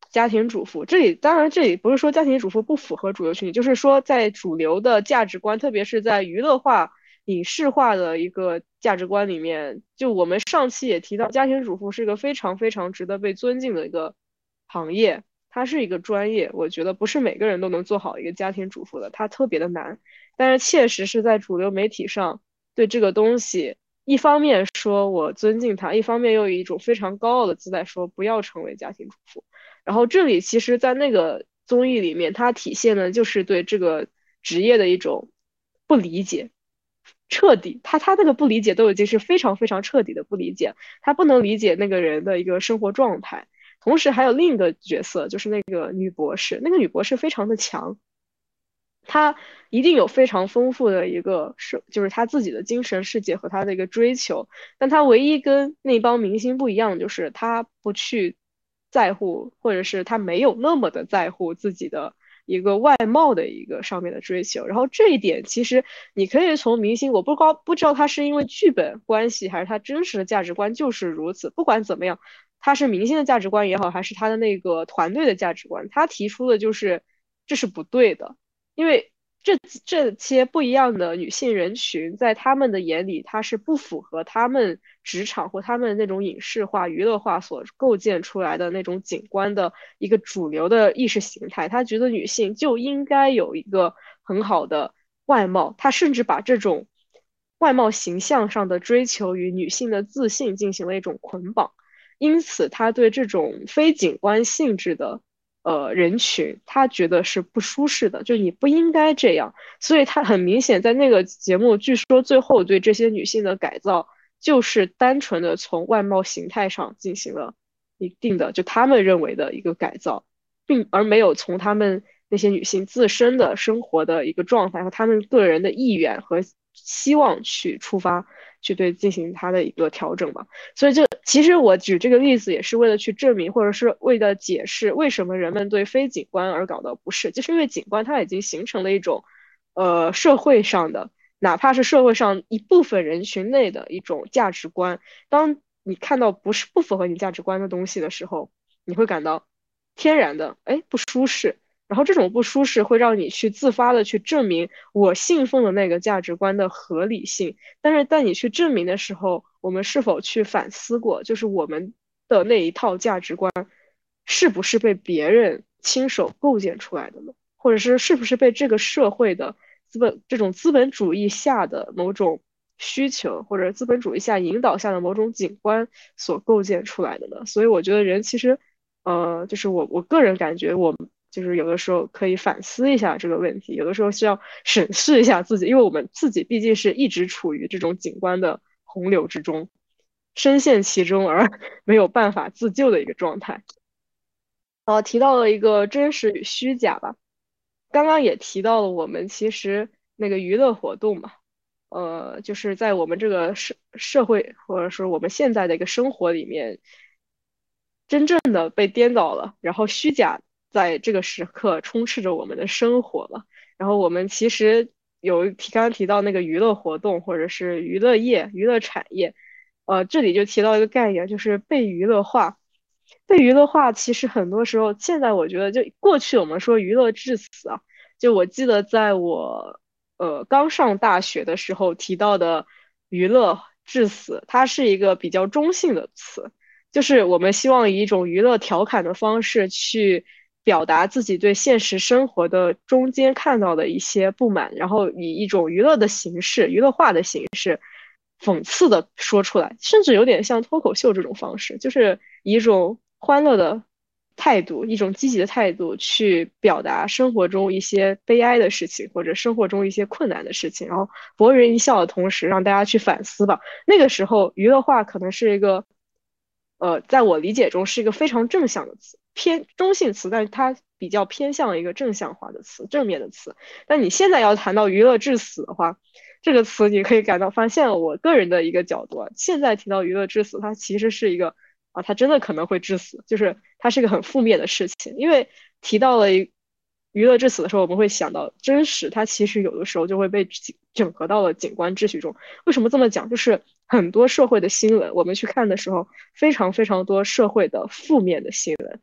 家庭主妇。这里当然这里不是说家庭主妇不符合主流群体，就是说在主流的价值观，特别是在娱乐化、影视化的一个价值观里面，就我们上期也提到，家庭主妇是一个非常非常值得被尊敬的一个行业，它是一个专业，我觉得不是每个人都能做好一个家庭主妇的，它特别的难。但是切实是在主流媒体上对这个东西，一方面说我尊敬他，一方面又以一种非常高傲的姿态说不要成为家庭主妇。然后这里其实，在那个综艺里面，它体现的就是对这个职业的一种不理解，彻底，他他那个不理解都已经是非常非常彻底的不理解，他不能理解那个人的一个生活状态。同时还有另一个角色，就是那个女博士，那个女博士非常的强，她一定有非常丰富的一个是，就是她自己的精神世界和她的一个追求。但她唯一跟那帮明星不一样，就是她不去在乎，或者是她没有那么的在乎自己的一个外貌的一个上面的追求。然后这一点其实你可以从明星，我不知不知道他是因为剧本关系，还是他真实的价值观就是如此。不管怎么样，他是明星的价值观也好，还是他的那个团队的价值观，他提出的就是这是不对的。因为这这些不一样的女性人群，在他们的眼里，它是不符合他们职场或他们那种影视化、娱乐化所构建出来的那种景观的一个主流的意识形态。他觉得女性就应该有一个很好的外貌，他甚至把这种外貌形象上的追求与女性的自信进行了一种捆绑。因此，他对这种非景观性质的呃人群，他觉得是不舒适的，就是你不应该这样。所以他很明显在那个节目，据说最后对这些女性的改造，就是单纯的从外貌形态上进行了一定的，就他们认为的一个改造，并而没有从他们那些女性自身的生活的一个状态和他们个人的意愿和希望去出发，去对进行他的一个调整吧。所以这其实我举这个例子也是为了去证明，或者是为了解释为什么人们对非景观而感到不适，就是因为景观它已经形成了一种，呃，社会上的，哪怕是社会上一部分人群内的一种价值观。当你看到不是不符合你价值观的东西的时候，你会感到天然的，哎，不舒适。然后这种不舒适会让你去自发的去证明我信奉的那个价值观的合理性。但是在你去证明的时候，我们是否去反思过，就是我们的那一套价值观是不是被别人亲手构建出来的呢？或者是是不是被这个社会的资本这种资本主义下的某种需求，或者资本主义下引导下的某种景观所构建出来的呢？所以我觉得人其实，呃，就是我我个人感觉我。就是有的时候可以反思一下这个问题，有的时候需要审视一下自己，因为我们自己毕竟是一直处于这种景观的洪流之中，深陷其中而没有办法自救的一个状态。呃，提到了一个真实与虚假吧，刚刚也提到了我们其实那个娱乐活动嘛，呃，就是在我们这个社社会或者说我们现在的一个生活里面，真正的被颠倒了，然后虚假在这个时刻充斥着我们的生活了。然后我们其实有提刚刚提到那个娱乐活动或者是娱乐业、娱乐产业，呃，这里就提到一个概念，就是被娱乐化。被娱乐化其实很多时候，现在我觉得就过去我们说娱乐至死啊，就我记得在我呃刚上大学的时候提到的娱乐至死，它是一个比较中性的词。就是我们希望以一种娱乐调侃的方式去表达自己对现实生活的中间看到的一些不满，然后以一种娱乐的形式、娱乐化的形式，讽刺的说出来，甚至有点像脱口秀这种方式，就是以一种欢乐的态度，一种积极的态度去表达生活中一些悲哀的事情，或者生活中一些困难的事情，然后博人一笑的同时，让大家去反思吧。那个时候，娱乐化可能是一个。呃，在我理解中是一个非常正向的词，偏中性词，但是它比较偏向一个正向化的词，正面的词。但你现在要谈到娱乐至死的话，这个词你可以感到发现我个人的一个角度啊，现在提到娱乐至死，它其实是一个啊，它真的可能会致死，就是它是一个很负面的事情，因为提到了一娱乐至死的时候，我们会想到真实，它其实有的时候就会被整合到了景观秩序中。为什么这么讲？就是很多社会的新闻，我们去看的时候，非常非常多社会的负面的新闻，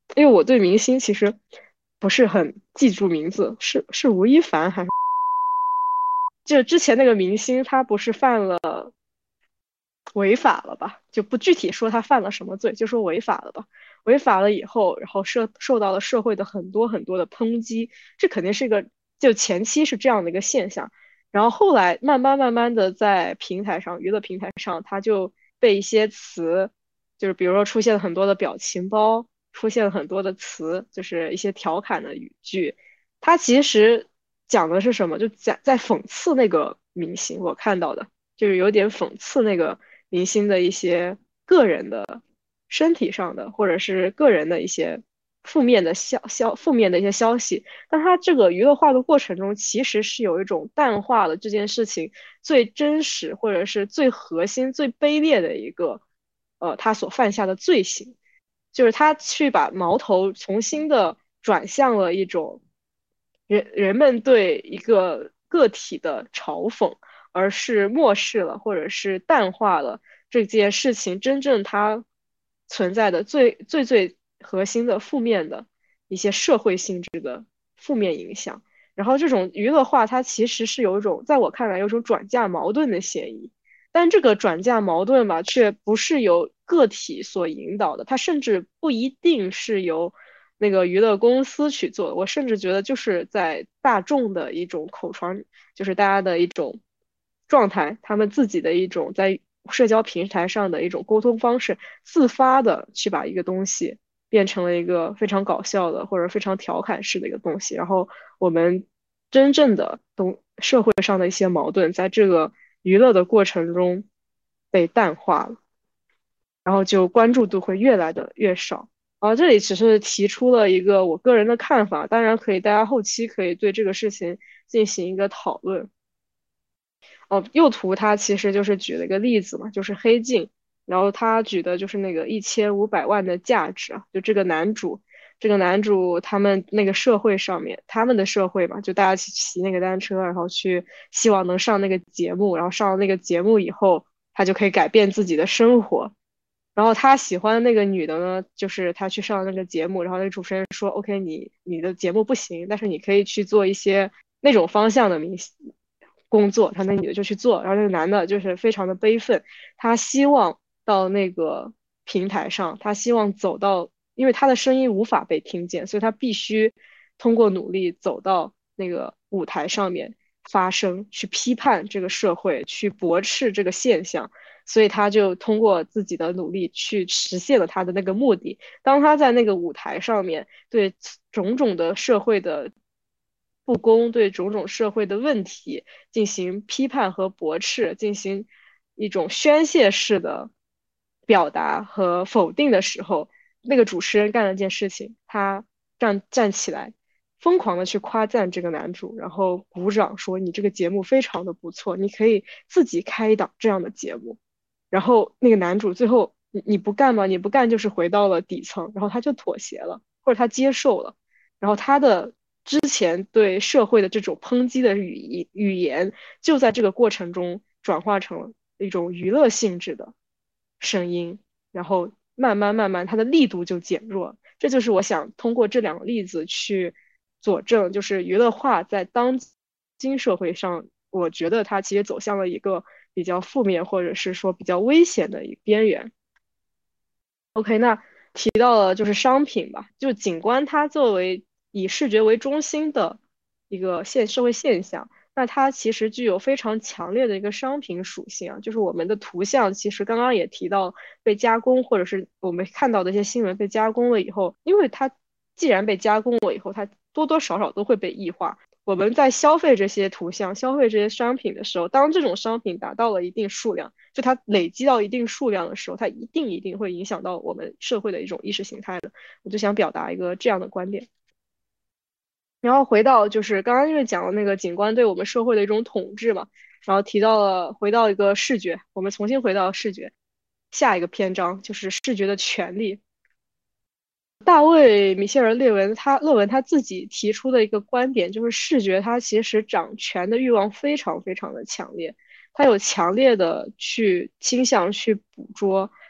因为我对明星其实不是很记住名字，是是吴亦凡还是就之前那个明星，他不是犯了违法了吧？就不具体说他犯了什么罪，就说违法了吧。违法了以后，然后受受到了社会的很多很多的抨击，这肯定是一个就前期是这样的一个现象，然后后来慢慢慢慢的在平台上，娱乐平台上，他就被一些词，就是比如说出现了很多的表情包，出现了很多的词，就是一些调侃的语句。他其实讲的是什么？就在在讽刺那个明星，我看到的就是有点讽刺那个明星的一些个人的身体上的，或者是个人的一些负面的消消负面的一些消息。但他这个娱乐化的过程中，其实是有一种淡化了这件事情最真实或者是最核心、最卑劣的一个，呃，他所犯下的罪行。就是他去把矛头重新的转向了一种人人们对一个个体的嘲讽，而是漠视了或者是淡化了这件事情真正它存在的最最最核心的负面的一些社会性质的负面影响。然后这种娱乐化，它其实是有一种，在我看来，有一种转嫁矛盾的嫌疑。但这个转嫁矛盾吧，却不是由个体所引导的，它甚至不一定是由那个娱乐公司去做的。我甚至觉得，就是在大众的一种口传，就是大家的一种状态，他们自己的一种在社交平台上的一种沟通方式，自发的去把一个东西变成了一个非常搞笑的或者非常调侃式的一个东西，然后我们真正的东社会上的一些矛盾，在这个娱乐的过程中被淡化了，然后就关注度会越来的越少。啊，这里只是提出了一个我个人的看法，当然可以，大家后期可以对这个事情进行一个讨论。哦，右图它其实就是举了一个例子嘛，就是黑镜，然后他举的就是那个一千五百万的价值啊，就这个男主，这个男主他们那个社会上面，他们的社会嘛，就大家去骑那个单车，然后去希望能上那个节目，然后上了那个节目以后，他就可以改变自己的生活。然后他喜欢的那个女的呢，就是他去上那个节目，然后那个主持人说：“OK，你你的节目不行，但是你可以去做一些那种方向的明星工作。”他那女的就去做，然后那个男的就是非常的悲愤，他希望到那个平台上，他希望走到，因为他的声音无法被听见，所以他必须通过努力走到那个舞台上面发声，去批判这个社会，去驳斥这个现象。所以他就通过自己的努力去实现了他的那个目的。当他在那个舞台上面对种种的社会的不公，对种种社会的问题进行批判和驳斥，进行一种宣泄式的表达和否定的时候，那个主持人干了件事情，他站站起来。疯狂的去夸赞这个男主，然后鼓掌说你这个节目非常的不错，你可以自己开一档这样的节目。然后那个男主最后你你不干吗？你不干就是回到了底层，然后他就妥协了，或者他接受了，然后他的之前对社会的这种抨击的语言语言，就在这个过程中转化成了一种娱乐性质的声音，然后慢慢慢慢它的力度就减弱。这就是我想通过这两个例子去佐证，就是娱乐化在当今社会上，我觉得它其实走向了一个比较负面或者是说比较危险的一个边缘。OK，那提到了就是商品吧，就景观它作为以视觉为中心的一个现社会现象，那它其实具有非常强烈的一个商品属性啊，就是我们的图像其实刚刚也提到被加工，或者是我们看到的一些新闻被加工了以后，因为它既然被加工了以后，它多多少少都会被异化。我们在消费这些图像、消费这些商品的时候，当这种商品达到了一定数量，就它累积到一定数量的时候，它一定一定会影响到我们社会的一种意识形态的。我就想表达一个这样的观点。然后回到就是刚刚因为讲了那个景观对我们社会的一种统治嘛，然后提到了回到一个视觉，我们重新回到视觉，下一个篇章就是视觉的权利。大卫·米歇尔·列文他勒文他自己提出的一个观点，就是视觉它其实掌权的欲望非常非常的强烈，它有强烈的去倾向去捕捉、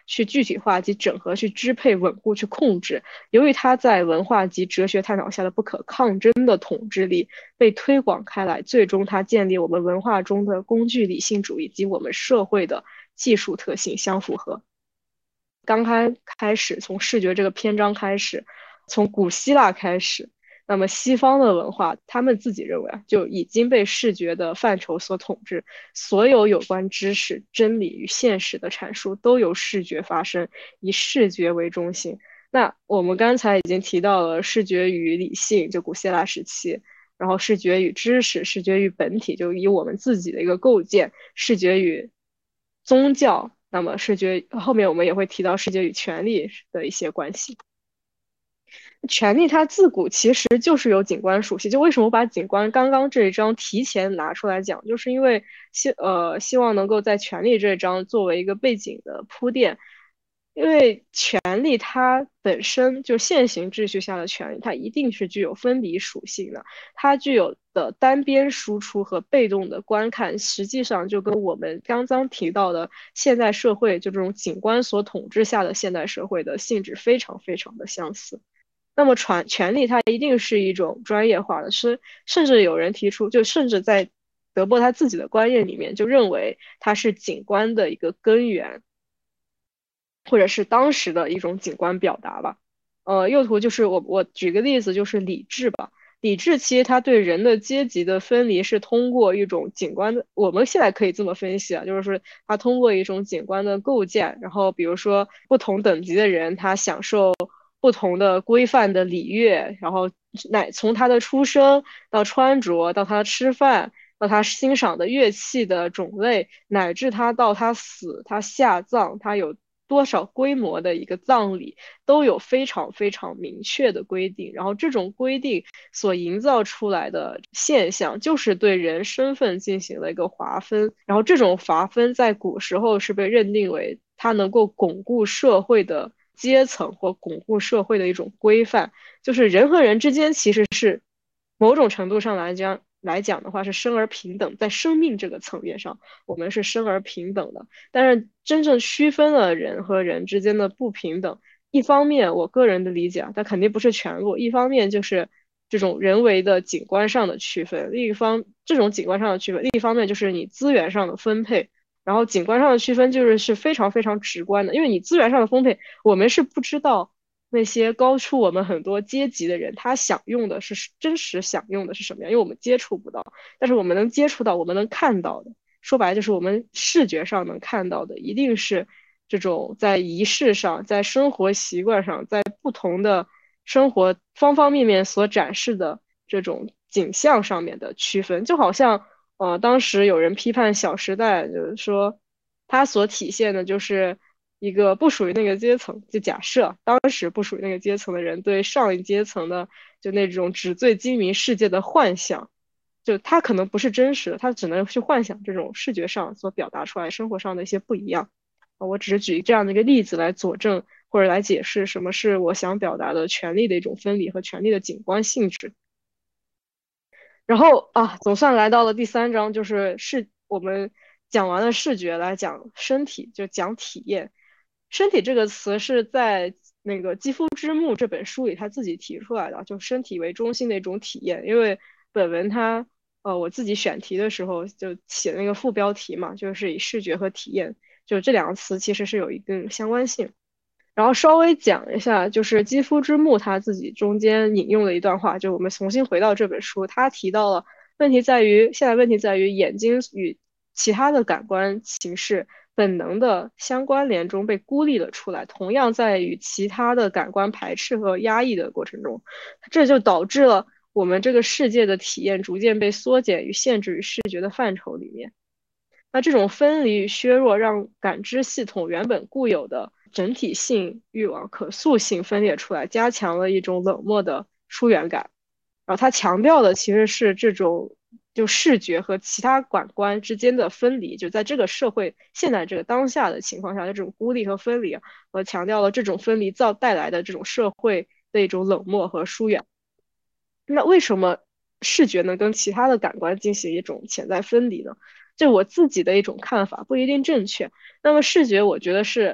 去具体化及整合、去支配、稳固、去控制。由于它在文化及哲学探讨下的不可抗争的统治力被推广开来，最终它建立我们文化中的工具理性主义及我们社会的技术特性相符合。刚开开始从视觉这个篇章开始，从古希腊开始，那么西方的文化，他们自己认为啊，就已经被视觉的范畴所统治，所有有关知识、真理与现实的阐述都由视觉发生，以视觉为中心。那我们刚才已经提到了视觉与理性，就古希腊时期，然后视觉与知识、视觉与本体，就以我们自己的一个构建，视觉与宗教，那么视觉后面我们也会提到视觉与权力的一些关系。权力它自古其实就是有景观属性，就为什么我把景观刚刚这一章提前拿出来讲，就是因为希呃希望能够在权力这一章作为一个背景的铺垫，因为权力它本身就现行秩序下的权力，它一定是具有分离属性的，它具有的单边输出和被动的观看，实际上就跟我们刚刚提到的现代社会就这种景观所统治下的现代社会的性质非常非常的相似。那么传权力它一定是一种专业化的，是甚至有人提出，就甚至在德波他自己的观念里面就认为它是景观的一个根源，或者是当时的一种景观表达吧。呃，右图就是我我举个例子，就是礼制吧。礼制其实它对人的阶级的分离是通过一种景观的，我们现在可以这么分析啊，就是说它通过一种景观的构建，然后比如说不同等级的人他享受不同的规范的礼乐，然后乃从他的出生到穿着到他吃饭。到他欣赏的乐器的种类，乃至他到他死、他下葬，他有多少规模的一个葬礼，都有非常非常明确的规定。然后这种规定所营造出来的现象，就是对人身份进行了一个划分。然后这种划分在古时候是被认定为它能够巩固社会的阶层或巩固社会的一种规范，就是人和人之间其实是某种程度上来讲。来讲的话是生而平等，在生命这个层面上，我们是生而平等的。但是真正区分了人和人之间的不平等，一方面我个人的理解啊，它肯定不是全部，一方面就是这种人为的景观上的区分，另一方这种景观上的区分，另一方面就是你资源上的分配。然后景观上的区分就是是非常非常直观的，因为你资源上的分配，我们是不知道那些高出我们很多阶级的人，他享用的是真实享用的是什么样？因为我们接触不到，但是我们能接触到，我们能看到的，说白了就是我们视觉上能看到的，一定是这种在仪式上、在生活习惯上、在不同的生活方方面面所展示的这种景象上面的区分，就好像呃，当时有人批判《小时代》，就是说它所体现的就是一个不属于那个阶层，就假设当时不属于那个阶层的人对上一阶层的就那种纸醉金迷世界的幻想，就他可能不是真实的，他只能去幻想这种视觉上所表达出来生活上的一些不一样。我只是举这样的一个例子来佐证或者来解释什么是我想表达的权利的一种分离和权利的景观性质。然后啊，总算来到了第三章，就是视我们讲完了视觉，来讲身体，就讲体验。身体这个词是在那个《肌肤之墓》这本书里他自己提出来的，就身体为中心的一种体验。因为本文它呃我自己选题的时候就写那个副标题嘛，就是以视觉和体验，就这两个词其实是有一定相关性。然后稍微讲一下，就是肌肤之墓他自己中间引用了一段话，就我们重新回到这本书，他提到了问题在于，现在问题在于眼睛与其他的感官形式本能的相关联中被孤立了出来，同样在与其他的感官排斥和压抑的过程中，这就导致了我们这个世界的体验逐渐被缩减与限制于视觉的范畴里面。那这种分离与削弱，让感知系统原本固有的整体性欲望可塑性分裂出来，加强了一种冷漠的疏远感。然后他强调的其实是这种就视觉和其他感官之间的分离，就在这个社会现在这个当下的情况下，这种孤立和分离，和强调了这种分离造带来的这种社会的一种冷漠和疏远。那为什么视觉能跟其他的感官进行一种潜在分离呢？这我自己的一种看法，不一定正确。那么视觉，我觉得是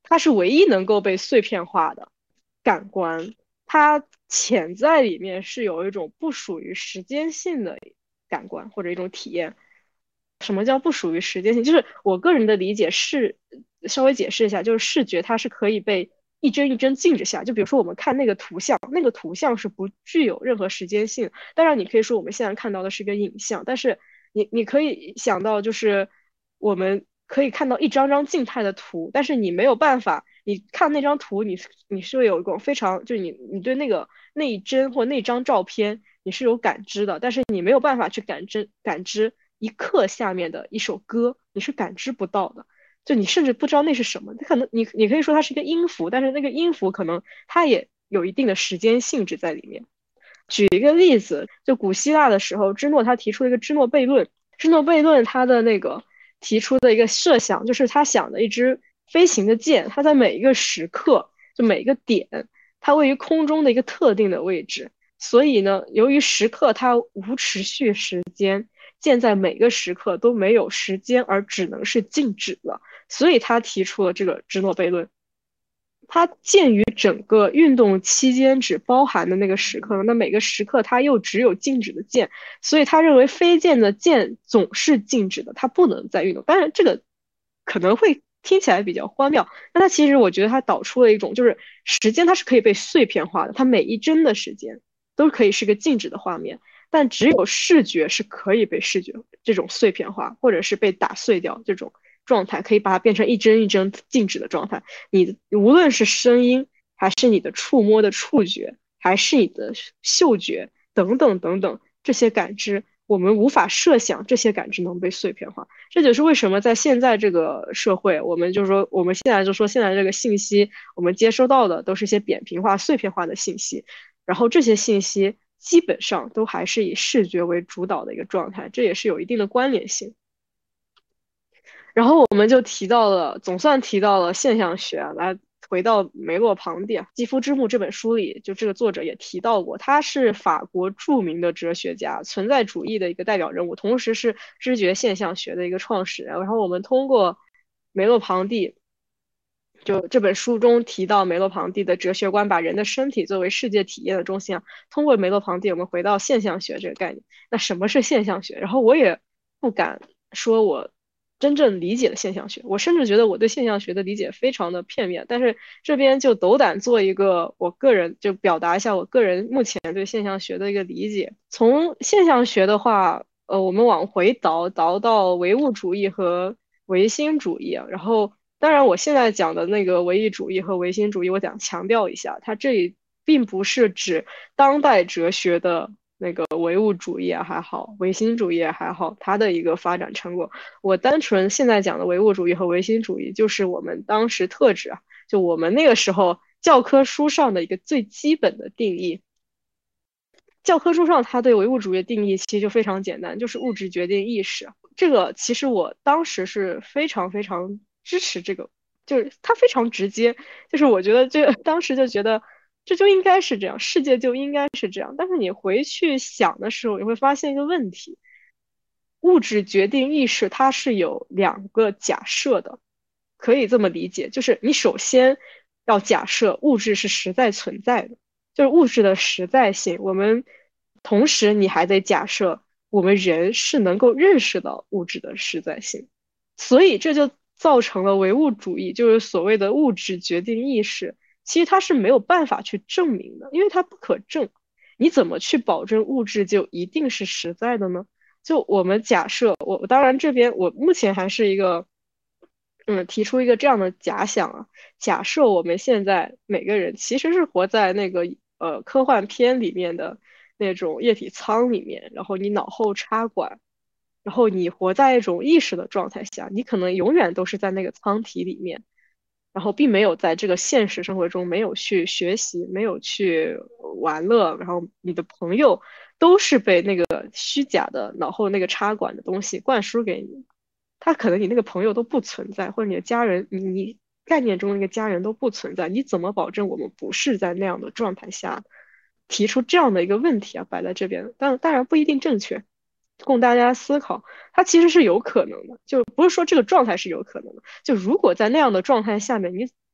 它是唯一能够被碎片化的感官，它潜在里面是有一种不属于时间性的感官或者一种体验。什么叫不属于时间性？就是我个人的理解是，稍微解释一下，就是视觉它是可以被一帧一帧静止下。就比如说我们看那个图像，那个图像是不具有任何时间性。当然，你可以说我们现在看到的是一个影像，但是你你可以想到，就是我们可以看到一张张静态的图，但是你没有办法，你看那张图，你你是有一种非常，就是你你对那个那一帧或那张照片你是有感知的，但是你没有办法去感知感知一刻下面的一首歌，你是感知不到的。就你甚至不知道那是什么，它可能你你可以说它是一个音符，但是那个音符可能它也有一定的时间性质在里面。举一个例子，就古希腊的时候，芝诺他提出了一个芝诺悖论。芝诺悖论他的那个提出的一个设想，就是他想的一支飞行的箭，它在每一个时刻，就每一个点，它位于空中的一个特定的位置。所以呢，由于时刻它无持续时间，箭在每个时刻都没有时间，而只能是静止的，所以他提出了这个芝诺悖论。它鉴于整个运动期间只包含的那个时刻，那每个时刻它又只有静止的箭，所以他认为飞箭的箭总是静止的，它不能再运动。当然，这个可能会听起来比较荒谬，但它其实我觉得它导出了一种，就是时间它是可以被碎片化的，它每一帧的时间都可以是个静止的画面，但只有视觉是可以被视觉这种碎片化，或者是被打碎掉这种状态，可以把它变成一帧一帧静止的状态。你无论是声音，还是你的触摸的触觉，还是你的嗅觉等等等等这些感知，我们无法设想这些感知能被碎片化。这就是为什么在现在这个社会，我们就说我们现在就说现在这个信息，我们接收到的都是一些扁平化、碎片化的信息，然后这些信息基本上都还是以视觉为主导的一个状态，这也是有一定的关联性。然后我们就提到了，总算提到了现象学啊。来回到梅洛庞蒂啊，《肌肤之墓》这本书里，就这个作者也提到过，他是法国著名的哲学家，存在主义的一个代表人物，同时是知觉现象学的一个创始人。然后我们通过梅洛庞蒂，就这本书中提到梅洛庞蒂的哲学观，把人的身体作为世界体验的中心啊。通过梅洛庞蒂，我们回到现象学这个概念。那什么是现象学？然后我也不敢说我真正理解了现象学，我甚至觉得我对现象学的理解非常的片面。但是这边就斗胆做一个我个人，就表达一下我个人目前对现象学的一个理解。从现象学的话，呃，我们往回倒倒到唯物主义和唯心主义啊。然后当然我现在讲的那个唯物主义和唯心主义，我想强调一下，它这里并不是指当代哲学的那个唯物主义啊还好，唯心主义也还好，它的一个发展成果。我单纯现在讲的唯物主义和唯心主义，就是我们当时特指啊，就我们那个时候教科书上的一个最基本的定义。教科书上它对唯物主义的定义其实就非常简单，就是物质决定意识。这个其实我当时是非常非常支持这个，就是它非常直接，就是我觉得这当时就觉得这就应该是这样，世界就应该是这样。但是你回去想的时候，你会发现一个问题：物质决定意识它是有两个假设的，可以这么理解，就是你首先要假设物质是实在存在的。就是物质的实在性，我们同时你还得假设我们人是能够认识到物质的实在性，所以这就造成了唯物主义，就是所谓的物质决定意识，其实它是没有办法去证明的，因为它不可证。你怎么去保证物质就一定是实在的呢？就我们假设，我当然这边我目前还是一个。嗯，提出一个这样的假想啊，假设我们现在每个人其实是活在那个呃科幻片里面的那种液体舱里面，然后你脑后插管，然后你活在一种意识的状态下，你可能永远都是在那个舱体里面，然后并没有在这个现实生活中没有去学习，没有去玩乐，然后你的朋友都是被那个虚假的脑后那个插管的东西灌输给你。他可能你那个朋友都不存在，或者你的家人，你你概念中那个家人都不存在，你怎么保证我们不是在那样的状态下提出这样的一个问题啊？摆在这边，但当然不一定正确，供大家思考。它其实是有可能的，就不是说这个状态是有可能的，就如果在那样的状态下面，你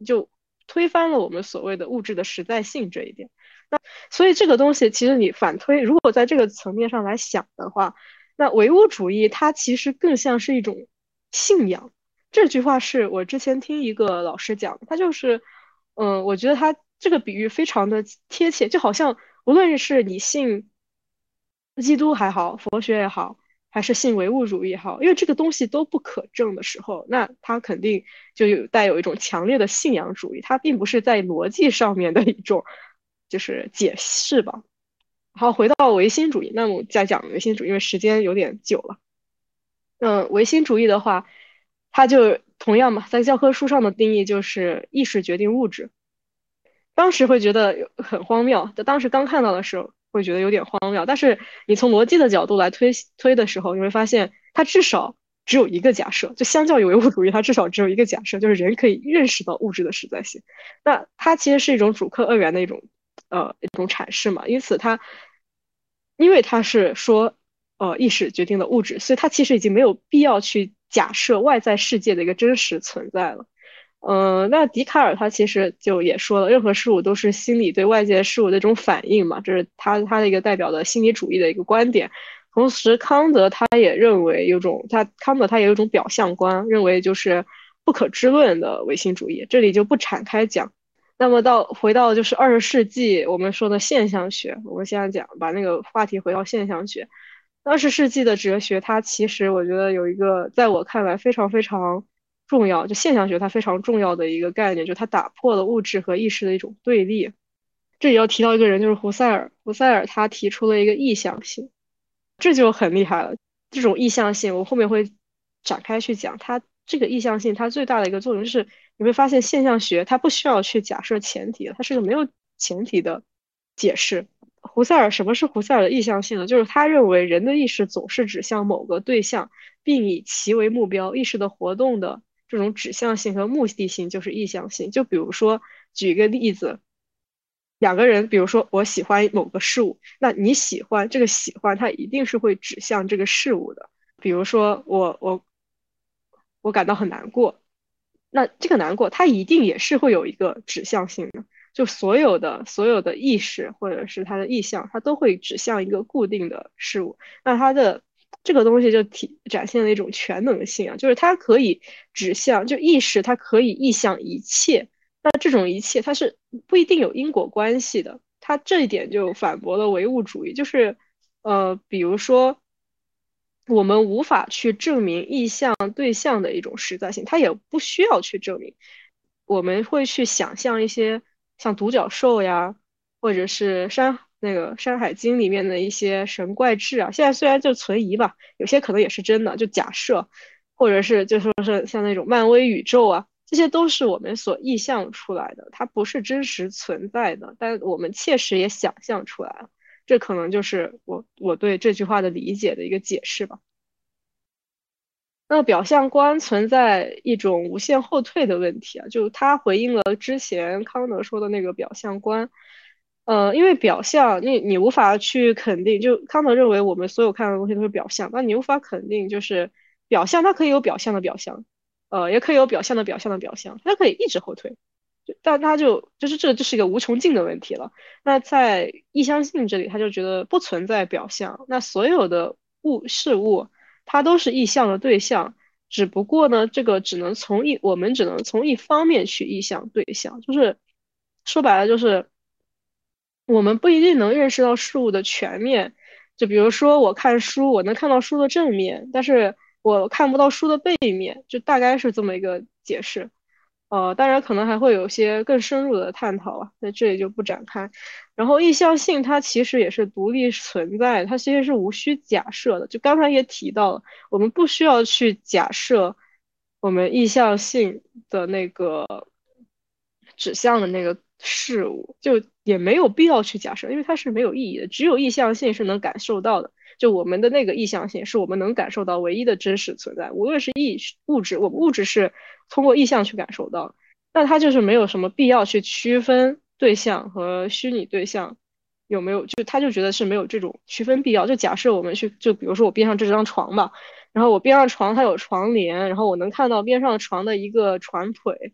就推翻了我们所谓的物质的实在性这一点。所以这个东西其实你反推，如果在这个层面上来想的话，那唯物主义它其实更像是一种信仰。这句话是我之前听一个老师讲，他就是，嗯，我觉得他这个比喻非常的贴切，就好像无论是你信基督还好，佛学也好，还是信唯物主义也好，因为这个东西都不可证的时候，那它肯定就有带有一种强烈的信仰主义，它并不是在逻辑上面的一种就是解释吧。好，回到唯心主义，那我再讲唯心主义，因为时间有点久了。嗯，唯心主义的话，它就同样嘛，在教科书上的定义就是意识决定物质。当时会觉得有很荒谬，就当时刚看到的时候会觉得有点荒谬，但是你从逻辑的角度来推推的时候，你会发现它至少只有一个假设，就相较于唯物主义，它至少只有一个假设，就是人可以认识到物质的实在性。那它其实是一种主客二元的一种呃一种阐释嘛，因此它因为它是说呃意识决定了物质，所以它其实已经没有必要去假设外在世界的一个真实存在了。嗯，那笛卡尔他其实就也说了，任何事物都是心理对外界事物的一种反应嘛，这是他他的一个代表的心理主义的一个观点。同时，康德他也认为有种他康德他也有一种表象观，认为就是不可知论的唯心主义，这里就不展开讲。那么到回到就是二十世纪我们说的现象学，我们现在讲把那个话题回到现象学。二十世纪的哲学，它其实我觉得有一个在我看来非常非常重要，就现象学它非常重要的一个概念，就它打破了物质和意识的一种对立。这里要提到一个人，就是胡塞尔。胡塞尔他提出了一个意向性，这就很厉害了。这种意向性，我后面会展开去讲。它这个意向性，它最大的一个作用就是你会发现现象学它不需要去假设前提，它是个没有前提的解释。胡塞尔什么是胡塞尔的意向性呢？就是他认为人的意识总是指向某个对象，并以其为目标。意识的活动的这种指向性和目的性就是意向性。就比如说，举一个例子，两个人，比如说我喜欢某个事物，那你喜欢这个喜欢，它一定是会指向这个事物的。比如说我我我感到很难过，那这个难过它一定也是会有一个指向性的。就所有的所有的意识或者是它的意向，它都会指向一个固定的事物。那它的这个东西就体展现了一种全能性啊，就是它可以指向，就意识它可以意向一切。那这种一切它是不一定有因果关系的。它这一点就反驳了唯物主义，就是呃，比如说我们无法去证明意向对象的一种实在性，它也不需要去证明。我们会去想象一些像独角兽呀，或者是山那个《山海经》里面的一些神怪志啊。现在虽然就存疑吧，有些可能也是真的，就假设，或者是就说是像那种漫威宇宙啊，这些都是我们所臆象出来的，它不是真实存在的，但我们切实也想象出来了。这可能就是我我对这句话的理解的一个解释吧。那表象观存在一种无限后退的问题啊，就它回应了之前康德说的那个表象观。呃，因为表象你你无法去肯定，就康德认为我们所有看到的东西都是表象，那你无法肯定就是表象它可以有表象的表象，呃，也可以有表象的表象的表象，它可以一直后退。就但它就就是这就是一个无穷尽的问题了。那在意向性这里，他就觉得不存在表象，那所有的物事物它都是意向的对象，只不过呢，这个只能从一我们只能从一方面去意向对象，就是说白了就是我们不一定能认识到事物的全面。就比如说我看书，我能看到书的正面，但是我看不到书的背面，就大概是这么一个解释。呃，当然可能还会有些更深入的探讨啊，在这里就不展开。然后意向性它其实也是独立存在，它其实是无需假设的。就刚才也提到了，我们不需要去假设我们意向性的那个指向的那个事物，就也没有必要去假设，因为它是没有意义的。只有意向性是能感受到的，就我们的那个意向性是我们能感受到唯一的真实存在，无论是意物质，我们物质是通过意向去感受到，那它就是没有什么必要去区分对象和虚拟对象有没有，就他就觉得是没有这种区分必要。就假设我们去，就比如说我边上这张床吧，然后我边上床它有床帘，然后我能看到边上床的一个床腿。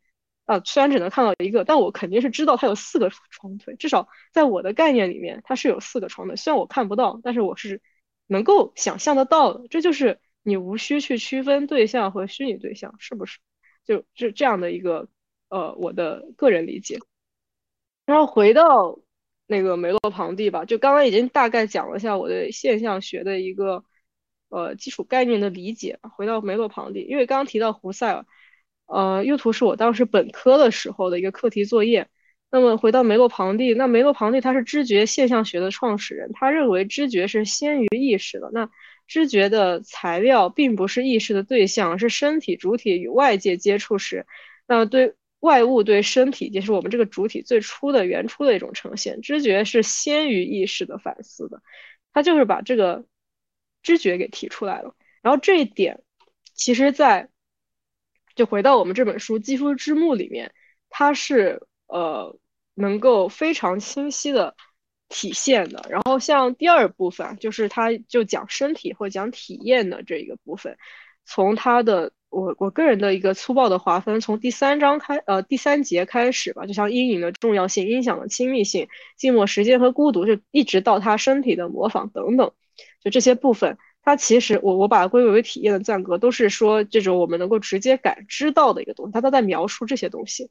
啊，虽然只能看到一个，但我肯定是知道它有四个床腿，至少在我的概念里面，它是有四个床腿。虽然我看不到，但是我是能够想象得到的。这就是你无需去区分对象和虚拟对象，是不是？就就这样的一个呃，我的个人理解。然后回到那个梅洛庞蒂吧，就刚刚已经大概讲了一下我对现象学的一个呃基础概念的理解。回到梅洛庞蒂，因为刚刚提到胡塞尔，呃，右图是我当时本科的时候的一个课题作业。那么回到梅洛庞蒂，那梅洛庞蒂他是知觉现象学的创始人，他认为知觉是先于意识的。那知觉的材料并不是意识的对象，是身体主体与外界接触时，那对外物对身体，也是我们这个主体最初的原初的一种呈现。知觉是先于意识的反思的，他就是把这个知觉给提出来了。然后这一点，其实在就回到我们这本书《肌肤之墓》里面，它是呃能够非常清晰的体现的。然后像第二部分，就是它就讲身体或讲体验的这一个部分，从它的我我个人的一个粗暴的划分，从第三章开呃第三节开始吧，就像阴影的重要性、音响的亲密性、静默时间和孤独，就一直到它身体的模仿等等，就这些部分。它其实我我把它归为为体验的赞歌，都是说这种我们能够直接感知到的一个东西，它都在描述这些东西。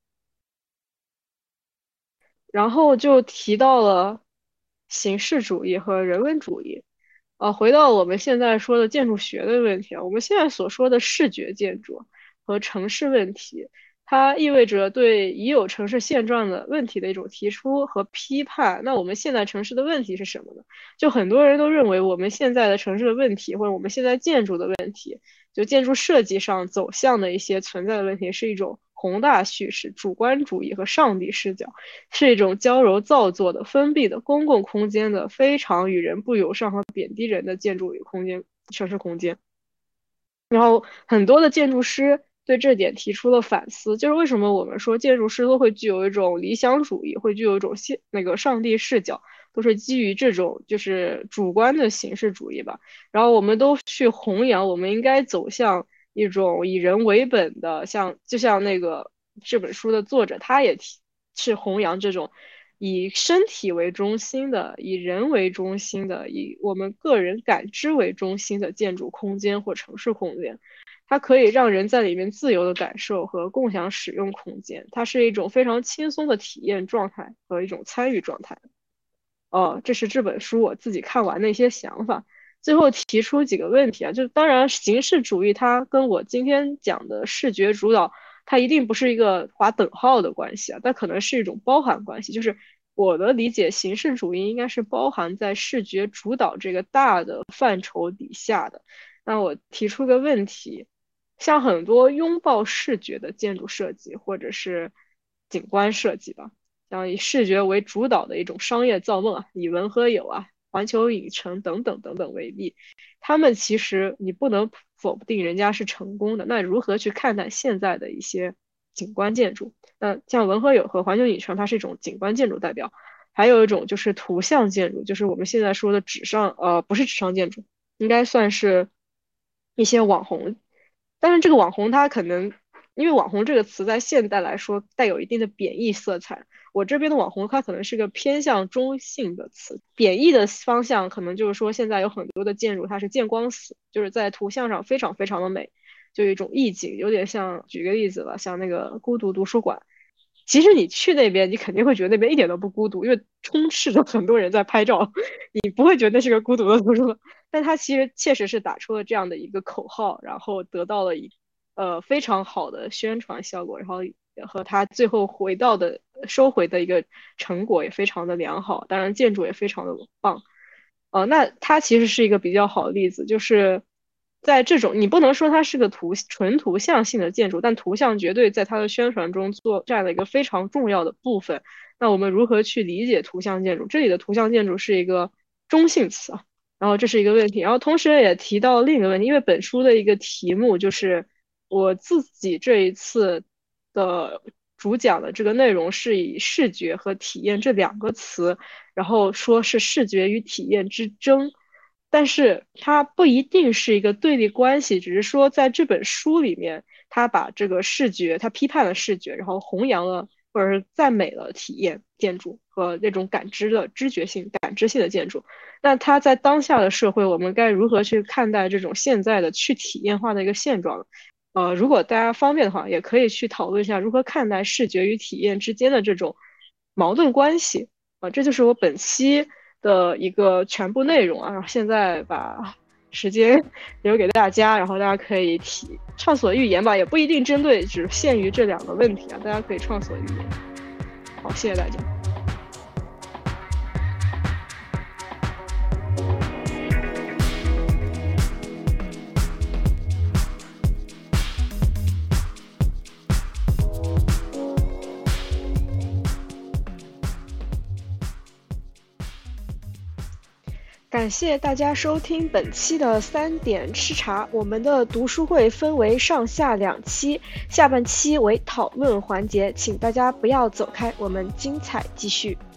然后就提到了形式主义和人文主义。呃，回到我们现在说的建筑学的问题啊，我们现在所说的视觉建筑和城市问题，它意味着对已有城市现状的问题的一种提出和批判。那我们现在城市的问题是什么呢？就很多人都认为我们现在的城市的问题，或者我们现在建筑的问题，就建筑设计上走向的一些存在的问题，是一种宏大叙事、主观主义和上帝视角。是一种娇柔造作的、封闭的公共空间的、非常与人不友善和贬低人的建筑与空间、城市空间。然后很多的建筑师对这点提出了反思，就是为什么我们说建筑师都会具有一种理想主义，会具有一种现那个上帝视角，都是基于这种就是主观的形式主义吧。然后我们都去弘扬，我们应该走向一种以人为本的，像就像那个这本书的作者，他也提是弘扬这种以身体为中心的、以人为中心的、以我们个人感知为中心的建筑空间或城市空间。它可以让人在里面自由的感受和共享使用空间，它是一种非常轻松的体验状态和一种参与状态。哦，这是这本书我自己看完的一些想法。最后提出几个问题啊，就当然形式主义它跟我今天讲的视觉主导，它一定不是一个划等号的关系啊，但可能是一种包含关系。就是我的理解，形式主义应该是包含在视觉主导这个大的范畴底下的。那我提出个问题，像很多拥抱视觉的建筑设计或者是景观设计吧。像以视觉为主导的一种商业造梦啊，以文和友啊、环球影城等等等等为例，他们其实你不能否定人家是成功的。那如何去看待现在的一些景观建筑？那像文和友和环球影城，它是一种景观建筑代表，还有一种就是图像建筑，就是我们现在说的纸上呃不是纸上建筑，应该算是一些网红。但是这个网红它可能因为网红这个词在现代来说带有一定的贬义色彩。我这边的网红，它可能是个偏向中性的词，贬义的方向可能就是说，现在有很多的建筑它是见光死，就是在图像上非常非常的美，就有一种意境，有点像，举个例子吧，像那个孤独图书馆。其实你去那边，你肯定会觉得那边一点都不孤独，因为充斥着很多人在拍照，你不会觉得那是个孤独的图书馆。但它其实确实是打出了这样的一个口号，然后得到了一呃非常好的宣传效果，然后和他最后回到的收回的一个成果也非常的良好，当然建筑也非常的棒。呃，那它其实是一个比较好的例子，就是在这种你不能说它是个图纯图像性的建筑，但图像绝对在它的宣传中做占了一个非常重要的部分。那我们如何去理解图像建筑？这里的图像建筑是一个中性词啊，然后这是一个问题，然后同时也提到另一个问题，因为本书的一个题目就是我自己这一次的主讲的这个内容是以视觉和体验这两个词，然后说是视觉与体验之争，但是它不一定是一个对立关系，只是说在这本书里面， 他把这个视觉，他批判了视觉，然后弘扬了或者是赞美了体验建筑和那种感知的知觉性、感知性的建筑。那他在当下的社会，我们该如何去看待这种现在的去体验化的一个现状呢？呃，如果大家方便的话，也可以去讨论一下如何看待视觉与体验之间的这种矛盾关系啊、呃，这就是我本期的一个全部内容啊。然后现在把时间留给大家，然后大家可以提畅所欲言吧，也不一定针对只限于这两个问题啊，大家可以畅所欲言。好，谢谢大家。感谢大家收听本期的三点吃茶。我们的读书会分为上下两期，下半期为讨论环节，请大家不要走开，我们精彩继续。